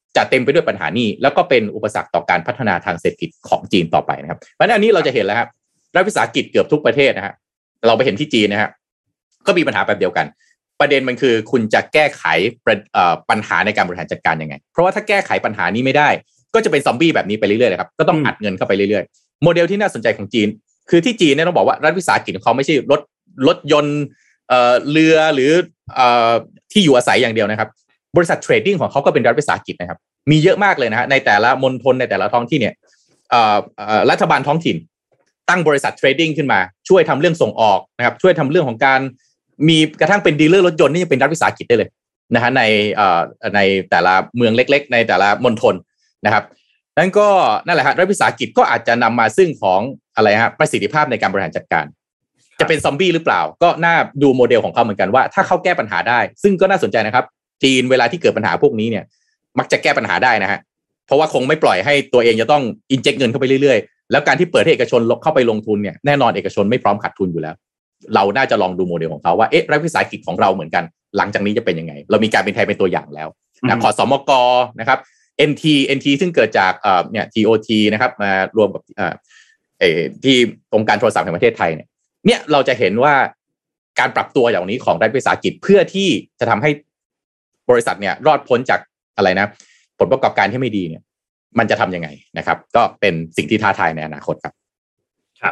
จะเต็มไปด้วยปัญหานี้แล้วก็เป็นอุปสรรคต่อการพัฒนาทางเศรษฐกิจของจีนต่อไปนะครับเพราะฉะนั้นอันนี้เราจะเห็นแล้วครับรัฐวิสาหกิจเกือบทุกประเทศนะฮะเราไปเห็นที่จีนนะฮะก็มีปัญหาแบบเดียวกันประเด็นมันคือคุณจะแก้ไขปัญหาในการบริหารจัดการยังไงเพราะว่าถ้าแก้ไขปัญหานี้ไม่ได้ก็จะเป็นซอมบี้แบบนี้ไปเรื่อยๆนะครับก็ต้องอัดเงินเข้าไปเรื่อยๆโมเดลที่น่าสนใจของจีนคือที่จีนเนี่ยต้องบอกว่ารัฐวิสาหกิจของเขาไม่ใช่รถรถยนต์เอ่อเรือหรือเอ่อที่อยู่อาศัยอย่างเดียวนะครับบริษัทเทรดดิ้งของเขาก็เป็นรัฐวิสาหกิจนะครับมีเยอะมากเลยนะฮะในแต่ละมณฑลในแต่ละท้องที่เนี่ยเอ่อรัฐบาลท้องถิ่นตั้งบริษัทเทรดดิ้งขึ้นมาช่วยทำเรื่องส่งออกนะครับช่วยทำเรื่องของการมีกระทั่งเป็นดีลเลอร์รถยนต์นี่ยังเป็นรัฐวิสาหกิจได้เลยนะฮะในเอ่อในแต่ละเมืองเล็กๆในแต่ละมณฑลนะครับนั่นก็นั่นแหละฮะรัฐวิสาหกิจก็อาจจะนำมาซึ่งของอะไรฮะประสิทธิภาพในการบริหารจัดการจะเป็นซอมบี้หรือเปล่าก็น่าดูโมเดลของเขาเหมือนกันว่าถ้าเขาแก้ปัญหาได้ซึ่งก็น่าสนใจนะครับจีนเวลาที่เกิดปัญหาพวกนี้เนี่ยมักจะแก้ปัญหาได้นะฮะเพราะว่าคงไม่ปล่อยให้ตัวเองจะต้องอินเจกเงินเข้าไปเรื่อยๆแล้วการที่เปิดให้เอกชนเข้าไปลงทุนเนี่ยแน่นอนเอกชนไม่พร้อมขาดทุนอยู่แล้วเราน่าจะลองดูโมเดลของเขาว่าเอ๊ะรัฐวิสาหกิจของเราเหมือนกันหลังจากนี้จะเป็นยังไงเรามีการเป็นไทยเป็นตัวอย่างแล้วนะขอสมกนะครับ เอ็น ที เอ็น ที ซึ่งเกิดจากเอ่อเนี่ย ที โอ ที นะครับมารวมกับเอ่อเอ่อที่องค์การโทรศัพท์แห่งประเทศไทยเนี่ยเนี่ยเราจะเห็นว่าการปรับตัวอย่างนี้ของรัฐวิสาหกิจเพื่อที่จะทำให้บริษัทเนี่ยรอดพ้นจากอะไรนะผลประกอบการที่ไม่ดีเนี่ยมันจะทำยังไงนะครับก็เป็นสิ่งที่ท้าทายในอนาคตครับครับ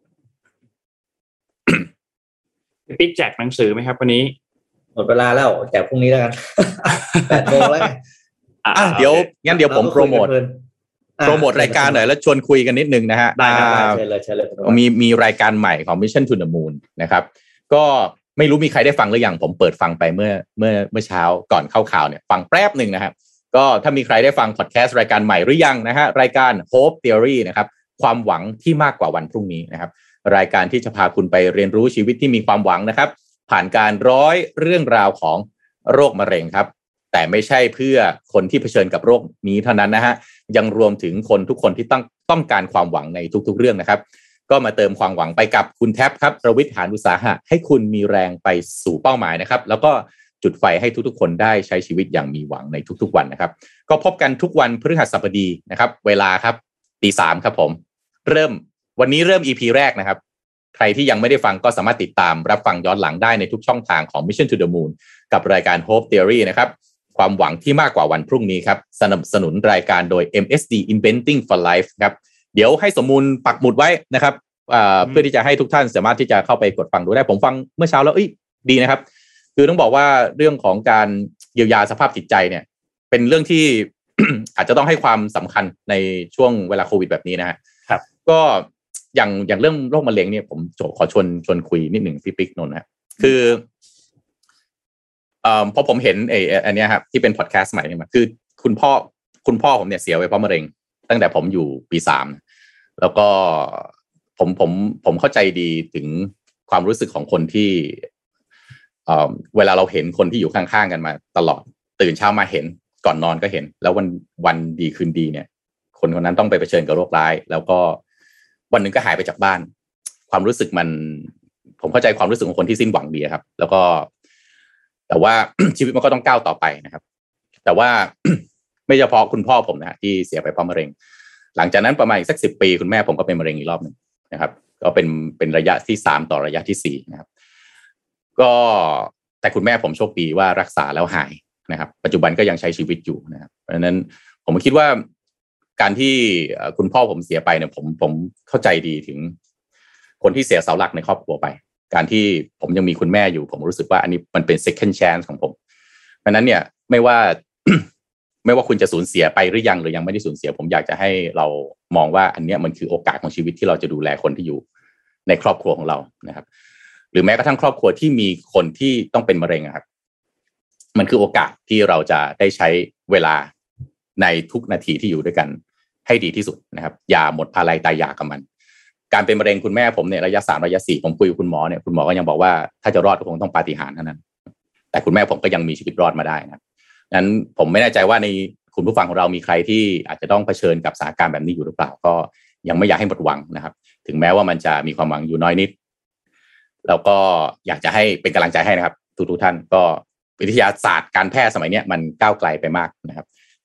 ปิ๊กแจกหนังสือไหมครับวันนี้หมดเวลาแล้วแจกพรุ่งนี้แล้วกัน แปดโมงแล้วอ่ะเดี๋ยวงั้นเดี๋ยวผมโปรโมทโปรโมทรายการหน่อยแล้วชวนคุยกันนิดนึงนะฮะได้ครับเชิญเลยเชิญเลยมีมีรายการใหม่ของ Mission to the Moon นะครับก็ไม่รู้มีใครได้ฟังหรือยังผมเปิดฟังไปเมื่อเมื่อเมื่อเช้าก่อนเข้าข่าวเนี่ยฟังแป๊บนึงนะครับก็ถ้ามีใครได้ฟังพอดแคสต์รายการใหม่หรือยังนะฮะรายการ Hope Theory นะครับความหวังที่มากกว่าวันพรุ่งนี้นะครับรายการที่จะพาคุณไปเรียนรู้ชีวิตที่มีความหวังนะครับผ่านการร้อยเรื่องราวของโรคมะเร็งครับแต่ไม่ใช่เพื่อคนที่เผชิญกับโรคนี้เท่านั้นนะฮะยังรวมถึงคนทุกคนที่ต้องต้องการความหวังในทุกๆเรื่องนะครับก็มาเติมความหวังไปกับคุณแท็บครับประวิทย์ หาญอุตสาหะให้คุณมีแรงไปสู่เป้าหมายนะครับแล้วก็จุดไฟให้ทุกๆคนได้ใช้ชีวิตอย่างมีหวังในทุกๆวันนะครับก็พบกันทุกวันพฤหัสบดีนะครับเวลาครับตีสามครับผมเริ่มวันนี้เริ่ม อี พี แรกนะครับใครที่ยังไม่ได้ฟังก็สามารถติดตามรับฟังย้อนหลังได้ในทุกช่องทางของ Mission to the Moon กับรายการ Hope Theory นะครับความหวังที่มากกว่าวันพรุ่งนี้ครับสนับสนุนรายการโดย เอ็ม เอส ดี Inventing for Life ครับเดี๋ยวให้สมมูลปักหมุดไว้นะครับเพื่อที่จะให้ทุกท่านสามารถที่จะเข้าไปกดฟังดูได้ผมฟังเมื่อเช้าแล้วเอ้ยดีนะครับคือต้องบอกว่าเรื่องของการเยียวยาสภาพจิตใจเนี่ยเป็นเรื่องที่ อาจจะต้องให้ความสำคัญในช่วงเวลาโควิดแบบนี้นะฮะครับก็อย่างอย่างเรื่องโรคมะเร็งเนี่ยผมขอชวนชวนคุยนิดหนึ่งพี่ปิ๊กนนท์นะคือเอ่อพอผมเห็นไอ้อันเนี้ยครับที่เป็นพอดแคสต์ใหม่เนี่ยมาคือคุณพ่อคุณพ่อผมเนี่ยเสียไปเพราะมะเร็งตั้งแต่ผมอยู่ปีสามแล้วก็ผมผมผมเข้าใจดีถึงความรู้สึกของคนที่เอ่อเวลาเราเห็นคนที่อยู่ข้างๆกันมาตลอดตื่นเช้ามาเห็นก่อนนอนก็เห็นแล้ววันวันดีคืนดีเนี่ยคนคนนั้นต้องไปเผชิญกับโรคร้ายแล้วก็วันหนึ่งก็หายไปจากบ้านความรู้สึกมันผมเข้าใจความรู้สึกของคนที่สิ้นหวังดีครับแล้วก็แต่ว่า ชีวิตมันก็ต้องก้าวต่อไปนะครับแต่ว่า ไม่เฉพาะคุณพ่อผมนะฮะที่เสียไปเพราะมะเร็งหลังจากนั้นประมาณอีกสักสิบปีคุณแม่ผมก็เป็นมะเร็งอีกรอบนึงนะครับก็เป็นเป็นระยะที่สามต่อระยะที่สี่นะครับก็แต่คุณแม่ผมโชคดีว่ารักษาแล้วหายนะครับปัจจุบันก็ยังใช้ชีวิตอยู่นะครับเพราะฉะนั้นผมคิดว่าการที่คุณพ่อผมเสียไปเนี่ยผมผมเข้าใจดีถึงคนที่เสียเสาหลักในครอบครัวไปการที่ผมยังมีคุณแม่อยู่ผมรู้สึกว่าอันนี้มันเป็น second chance ของผมเพราะนั้นเนี่ยไม่ว่า ไม่ว่าคุณจะสูญเสียไปหรือยังหรือยังไม่ได้สูญเสียผมอยากจะให้เรามองว่าอันนี้มันคือโอกาสของชีวิตที่เราจะดูแลคนที่อยู่ในครอบครัวของเรานะครับหรือแม้กระทั่งครอบครัวที่มีคนที่ต้องเป็นมะเร็งครับมันคือโอกาสที่เราจะได้ใช้เวลาในทุกนาทีที่อยู่ด้วยกันให้ดีที่สุดนะครับอย่าหมดภาลัยตายอยากกับมันการเป็นมะเร็งคุณแม่ผมเนี่ยระยะสามระยะสี่ผมคุยกับคุณหมอเนี่ยคุณหมอก็ยังบอกว่าถ้าจะรอดก็คงต้องปาฏิหาริย์เท่านั้นแต่คุณแม่ผมก็ยังมีชีวิตรอดมาได้นะครับนั้นผมไม่แน่ใจว่าในคุณผู้ฟังของเรามีใครที่อาจจะต้องเผชิญกับสถานการณ์แบบนี้อยู่หรือเปล่าก็ยังไม่อยากให้หมดหวังนะครับถึงแม้ว่ามันจะมีความหวังอยู่น้อยนิดแล้วก็อยากจะให้เป็นกำลังใจให้นะครับทุกๆท่านก็วิทยาศาสตร์การแพทย์สมัยนี้มันก้าวไกลไปมากนะครับท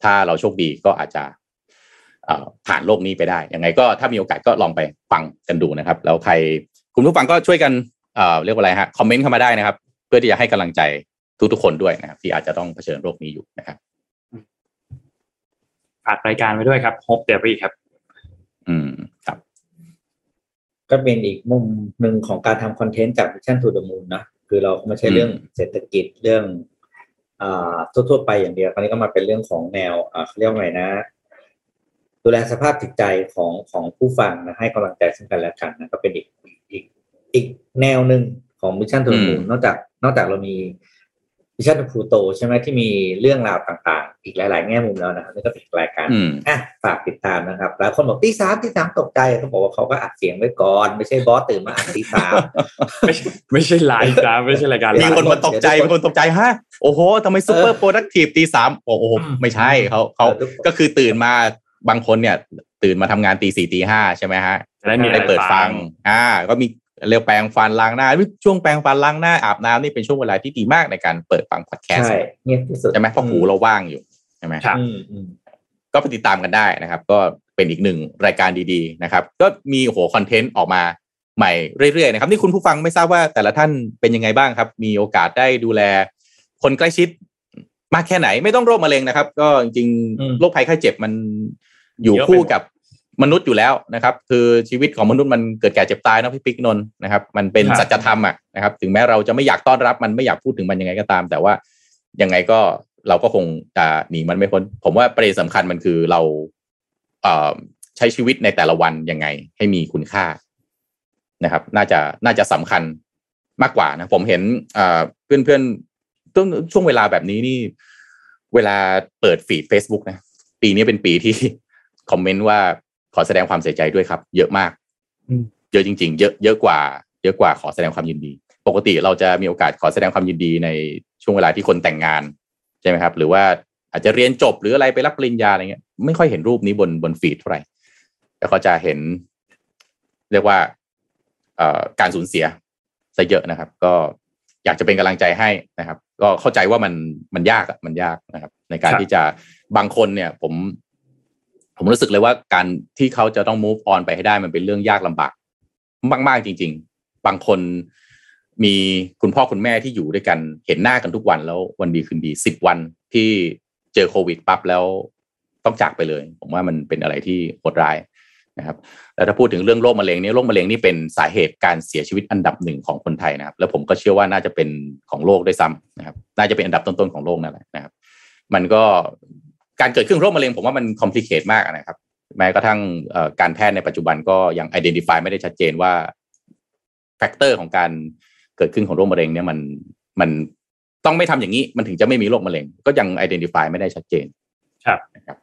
ถ้าเราโชคดีก็อาจจะผ่านโลกนี้ไปได้ยังไงก็ถ้ามีโอกาสก็ลองไปฟังกันดูนะครับแล้วใครคุณผู้ฟังก็ช่วยกันเอ่อเรียกว่าอะไรฮะคอมเมนต์เข้ามาได้นะครับเพื่อที่จะให้กำลังใจทุกๆคนด้วยนะครับที่อาจจะต้องเผชิญโรคนี้อยู่นะครับฝากรายการไว้ด้วยครับ Hope Diary ครับอืมครับก็เป็นอีกมุมหนึ่งของการทำคอนเทนต์จาก Mission to the Moon นะคือเราไม่ใช่เรื่องเศรษฐกิจเรื่องอ่าทั่วๆไปอย่างเดียวคราวนี้ก็มาเป็นเรื่องของแนวอ่าเรียกว่าไงนะดูแลสภาพจิตใจของของผู้ฟังนะให้กำลังใจซึ่งกันและกันนะก็เป็นอีกอีกอีกแนวหนึ่งของ Mission to the Moon นอกจากนอกจากเรามี Mission to Pluto ใช่ไหมที่มีเรื่องราวต่างๆอีกหลายๆแง่มุมแล้วนะครับนี่ก็เป็นรายการอ่ะฝากติดตามนะครับหลายคนบอกตีสามตีสามตกใจเขาบอกว่าเขาก็อัดเสียงไว้ก่อนไม่ใช่บอสตื่นมาอัดตีสามไม่ใช่ไม่ใช่ไลฟ์นะไม่ใช่รายการมีคนมาตกใจมีคนตกใจฮะโอ้โหทำไมซุปเปอร์โปรดักทีฟตีสามโอ้โหไม่ใช่เขาเขาก็คือตื่นมาบางคนเนี่ยตื่นมาทำงานตีสี่ตีห้าใช่ไหมฮะได้เปิดฟังอ่าก็มีเรียกแปรงฟันล้างหน้าช่วงแปรงฟันล้างหน้าอาบน้ำนี่เป็นช่วงเวลาที่ดีมากในการเปิดฟังพอดแคสต์ใช่เงียบที่สุดใช่ไหมเพราะหูเราว่างอยู่ใช่ไหมครับก็ไปติดตามกันได้นะครับก็เป็นอีกหนึ่งรายการดีๆนะครับก็มีโหคอนเทนต์ออกมาใหม่เรื่อยๆนะครับนี่คุณผู้ฟังไม่ทราบว่าแต่ละท่านเป็นยังไงบ้างครับมีโอกาสได้ดูแลคนใกล้ชิดมากแค่ไหนไม่ต้องโรคมะเร็งนะครับก็จริงๆโรคภัยไข้เจ็บมันอยู่คู่กับมนุษย์อยู่แล้วนะครับคือชีวิตของมนุษย์มันเกิดแก่เจ็บตายนะพี่ปิ๊กนนท์นะครับมันเป็นสัจธรรมอ่ะนะครับถึงแม้เราจะไม่อยากต้อนรับมันไม่อยากพูดถึงมันยังไงก็ตามแต่ว่ายังไงก็เราก็คงจะหนีมันไม่พ้นผมว่าประเด็นสำคัญมันคือเราเอ่อใช้ชีวิตในแต่ละวันยังไงให้มีคุณค่านะครับน่าจะน่าจะสำคัญมากกว่านะผมเห็นเอ่อเพื่อนเพื่อนต้นช่วงเวลาแบบนี้นี่เวลาเปิดฟีด Facebook นะปีนี้เป็นปีที่คอมเมนต์ว่าขอแสดงความเสียใจด้วยครับเยอะมากเยอะจริงๆเยอะเยอะกว่าเยอะกว่าขอแสดงความยินดีปกติเราจะมีโอกาสขอแสดงความยินดีในช่วงเวลาที่คนแต่งงานใช่ไหมครับหรือว่าอาจจะเรียนจบหรืออะไรไปรับปริญญาอะไรเงี้ยไม่ค่อยเห็นรูปนี้บนบนฟีดเท่าไหร่แต่เขาจะเห็นเรียกว่าการสูญเสียซะเยอะนะครับก็อยากจะเป็นกำลังใจให้นะครับก็เข้าใจว่ามันมันยากอ่ะมันยากนะครับในการที่จะบางคนเนี่ยผมผมรู้สึกเลยว่าการที่เขาจะต้อง move on ไปให้ได้มันเป็นเรื่องยากลำบากมากๆจริงๆบางคนมีคุณพ่อคุณแม่ที่อยู่ด้วยกันเห็นหน้ากันทุกวันแล้ววันดีคืนดีสิบวันที่เจอโควิดปั๊บแล้วต้องจากไปเลยผมว่ามันเป็นอะไรที่โหดร้ายนะครับแล้วถ้าพูดถึงเรื่องโรคมะเร็งนี่โรคมะเร็งนี่เป็นสาเหตุการเสียชีวิตอันดับหนึ่งของคนไทยนะครับแล้วผมก็เชื่อว่าน่าจะเป็นของโลกด้วยซ้ำนะครับน่าจะเป็นอันดับต้นๆของโลกนั่นแหละนะครับมันก็การเกิดขึ้นโรคมะเร็งผมว่ามันคอมพลีเคทมากนะครับแม้กระทั่งการแพทย์ในปัจจุบันก็ยัง identify ไม่ได้ชัดเจนว่าแฟกเตอร์ของการเกิดขึ้นของโรคมะเร็งเนี่ยมันมันต้องไม่ทำอย่างนี้มันถึงจะไม่มีโรคมะเร็งก็ยัง identify ไม่ได้ชัดเจนครับนะครับ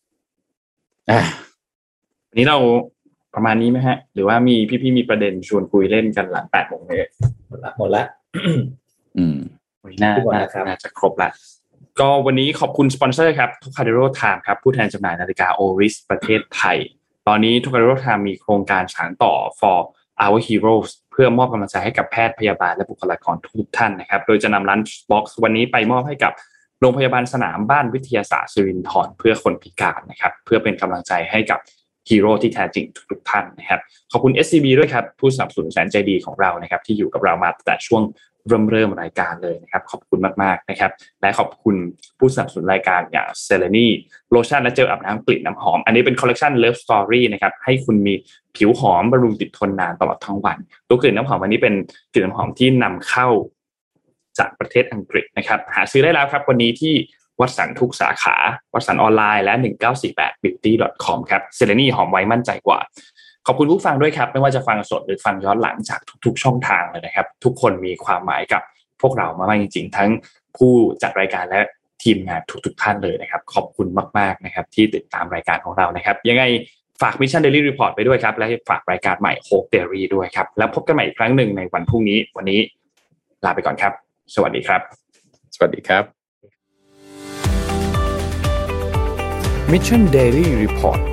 วันนี้เราประมาณนี้ไหมฮะหรือว่ามีพี่ๆมีประเด็นชวนคุยเล่นกันหลังแปดโมงเลยหมดละหมดละอืมวันนี้น่าจะครบละก็วันนี้ขอบคุณสปอนเซอร์ครับทุกคาเดโรไทม์ครับผู้แทนจำหน่ายนาฬิกา Oris ประเทศไทยตอนนี้ทุกคาเดโรไทม์มีโครงการสานต่อ for our heroes เพื่อมอบกำลังใจให้กับแพทย์พยาบาลและบุคลากรทุกท่านนะครับโดยจะนำ Lunch Box วันนี้ไปมอบให้กับโรงพยาบาลสนามบ้านวิทยาศาสตร์สิรินธรเพื่อคนพิการนะครับเพื่อเป็นกำลังใจให้กับฮีโร่ที่แท้จริงทุกๆท่านนะครับขอบคุณ เอส ซี บี ด้วยครับผู้สนับสนุนแสนใจดีของเรานะครับที่อยู่กับเรามาตั้งแต่ช่วงเริ่มเริ่มรายการเลยนะครับขอบคุณมากๆนะครับและขอบคุณผู้สนับสนุนรายการอย่าง Seleny โลชั่นและเจลอาบน้ำกลิ่นน้ำหอมอันนี้เป็นคอลเลคชัน Love Story นะครับให้คุณมีผิวหอมบำรุงติดทนนานตลอดทั้งวันตัวกลิ่นน้ำหอมวันนี้เป็นกลิ่นน้ำหอมที่นำเข้าจากประเทศอังกฤษนะครับหาซื้อได้แล้วครับวันนี้ที่วัดสันทุกสาขาวัดสันออนไลน์และหนึ่งเก้าสี่แปด บิวตี้ ดอท คอม ครับ Seleny หอมไว้มั่นใจกว่าขอบคุณผู้ฟังด้วยครับไม่ว่าจะฟังสดหรือฟังย้อนหลังจากทุกๆช่องทางเลยนะครับทุกคนมีความหมายกับพวกเรามากๆจริงๆทั้งผู้จัดรายการและทีมงานทุกๆท่านเลยนะครับขอบคุณมากๆนะครับที่ติดตามรายการของเรานะครับยังไงฝาก Mission Daily Report ไปด้วยครับและฝากรายการใหม่ Hope Diary ด้วยครับแล้วพบกันใหม่อีกครั้งหนึ่งในวันพรุ่งนี้วันนี้ลาไปก่อนครับสวัสดีครับสวัสดีครับ Mission Daily Report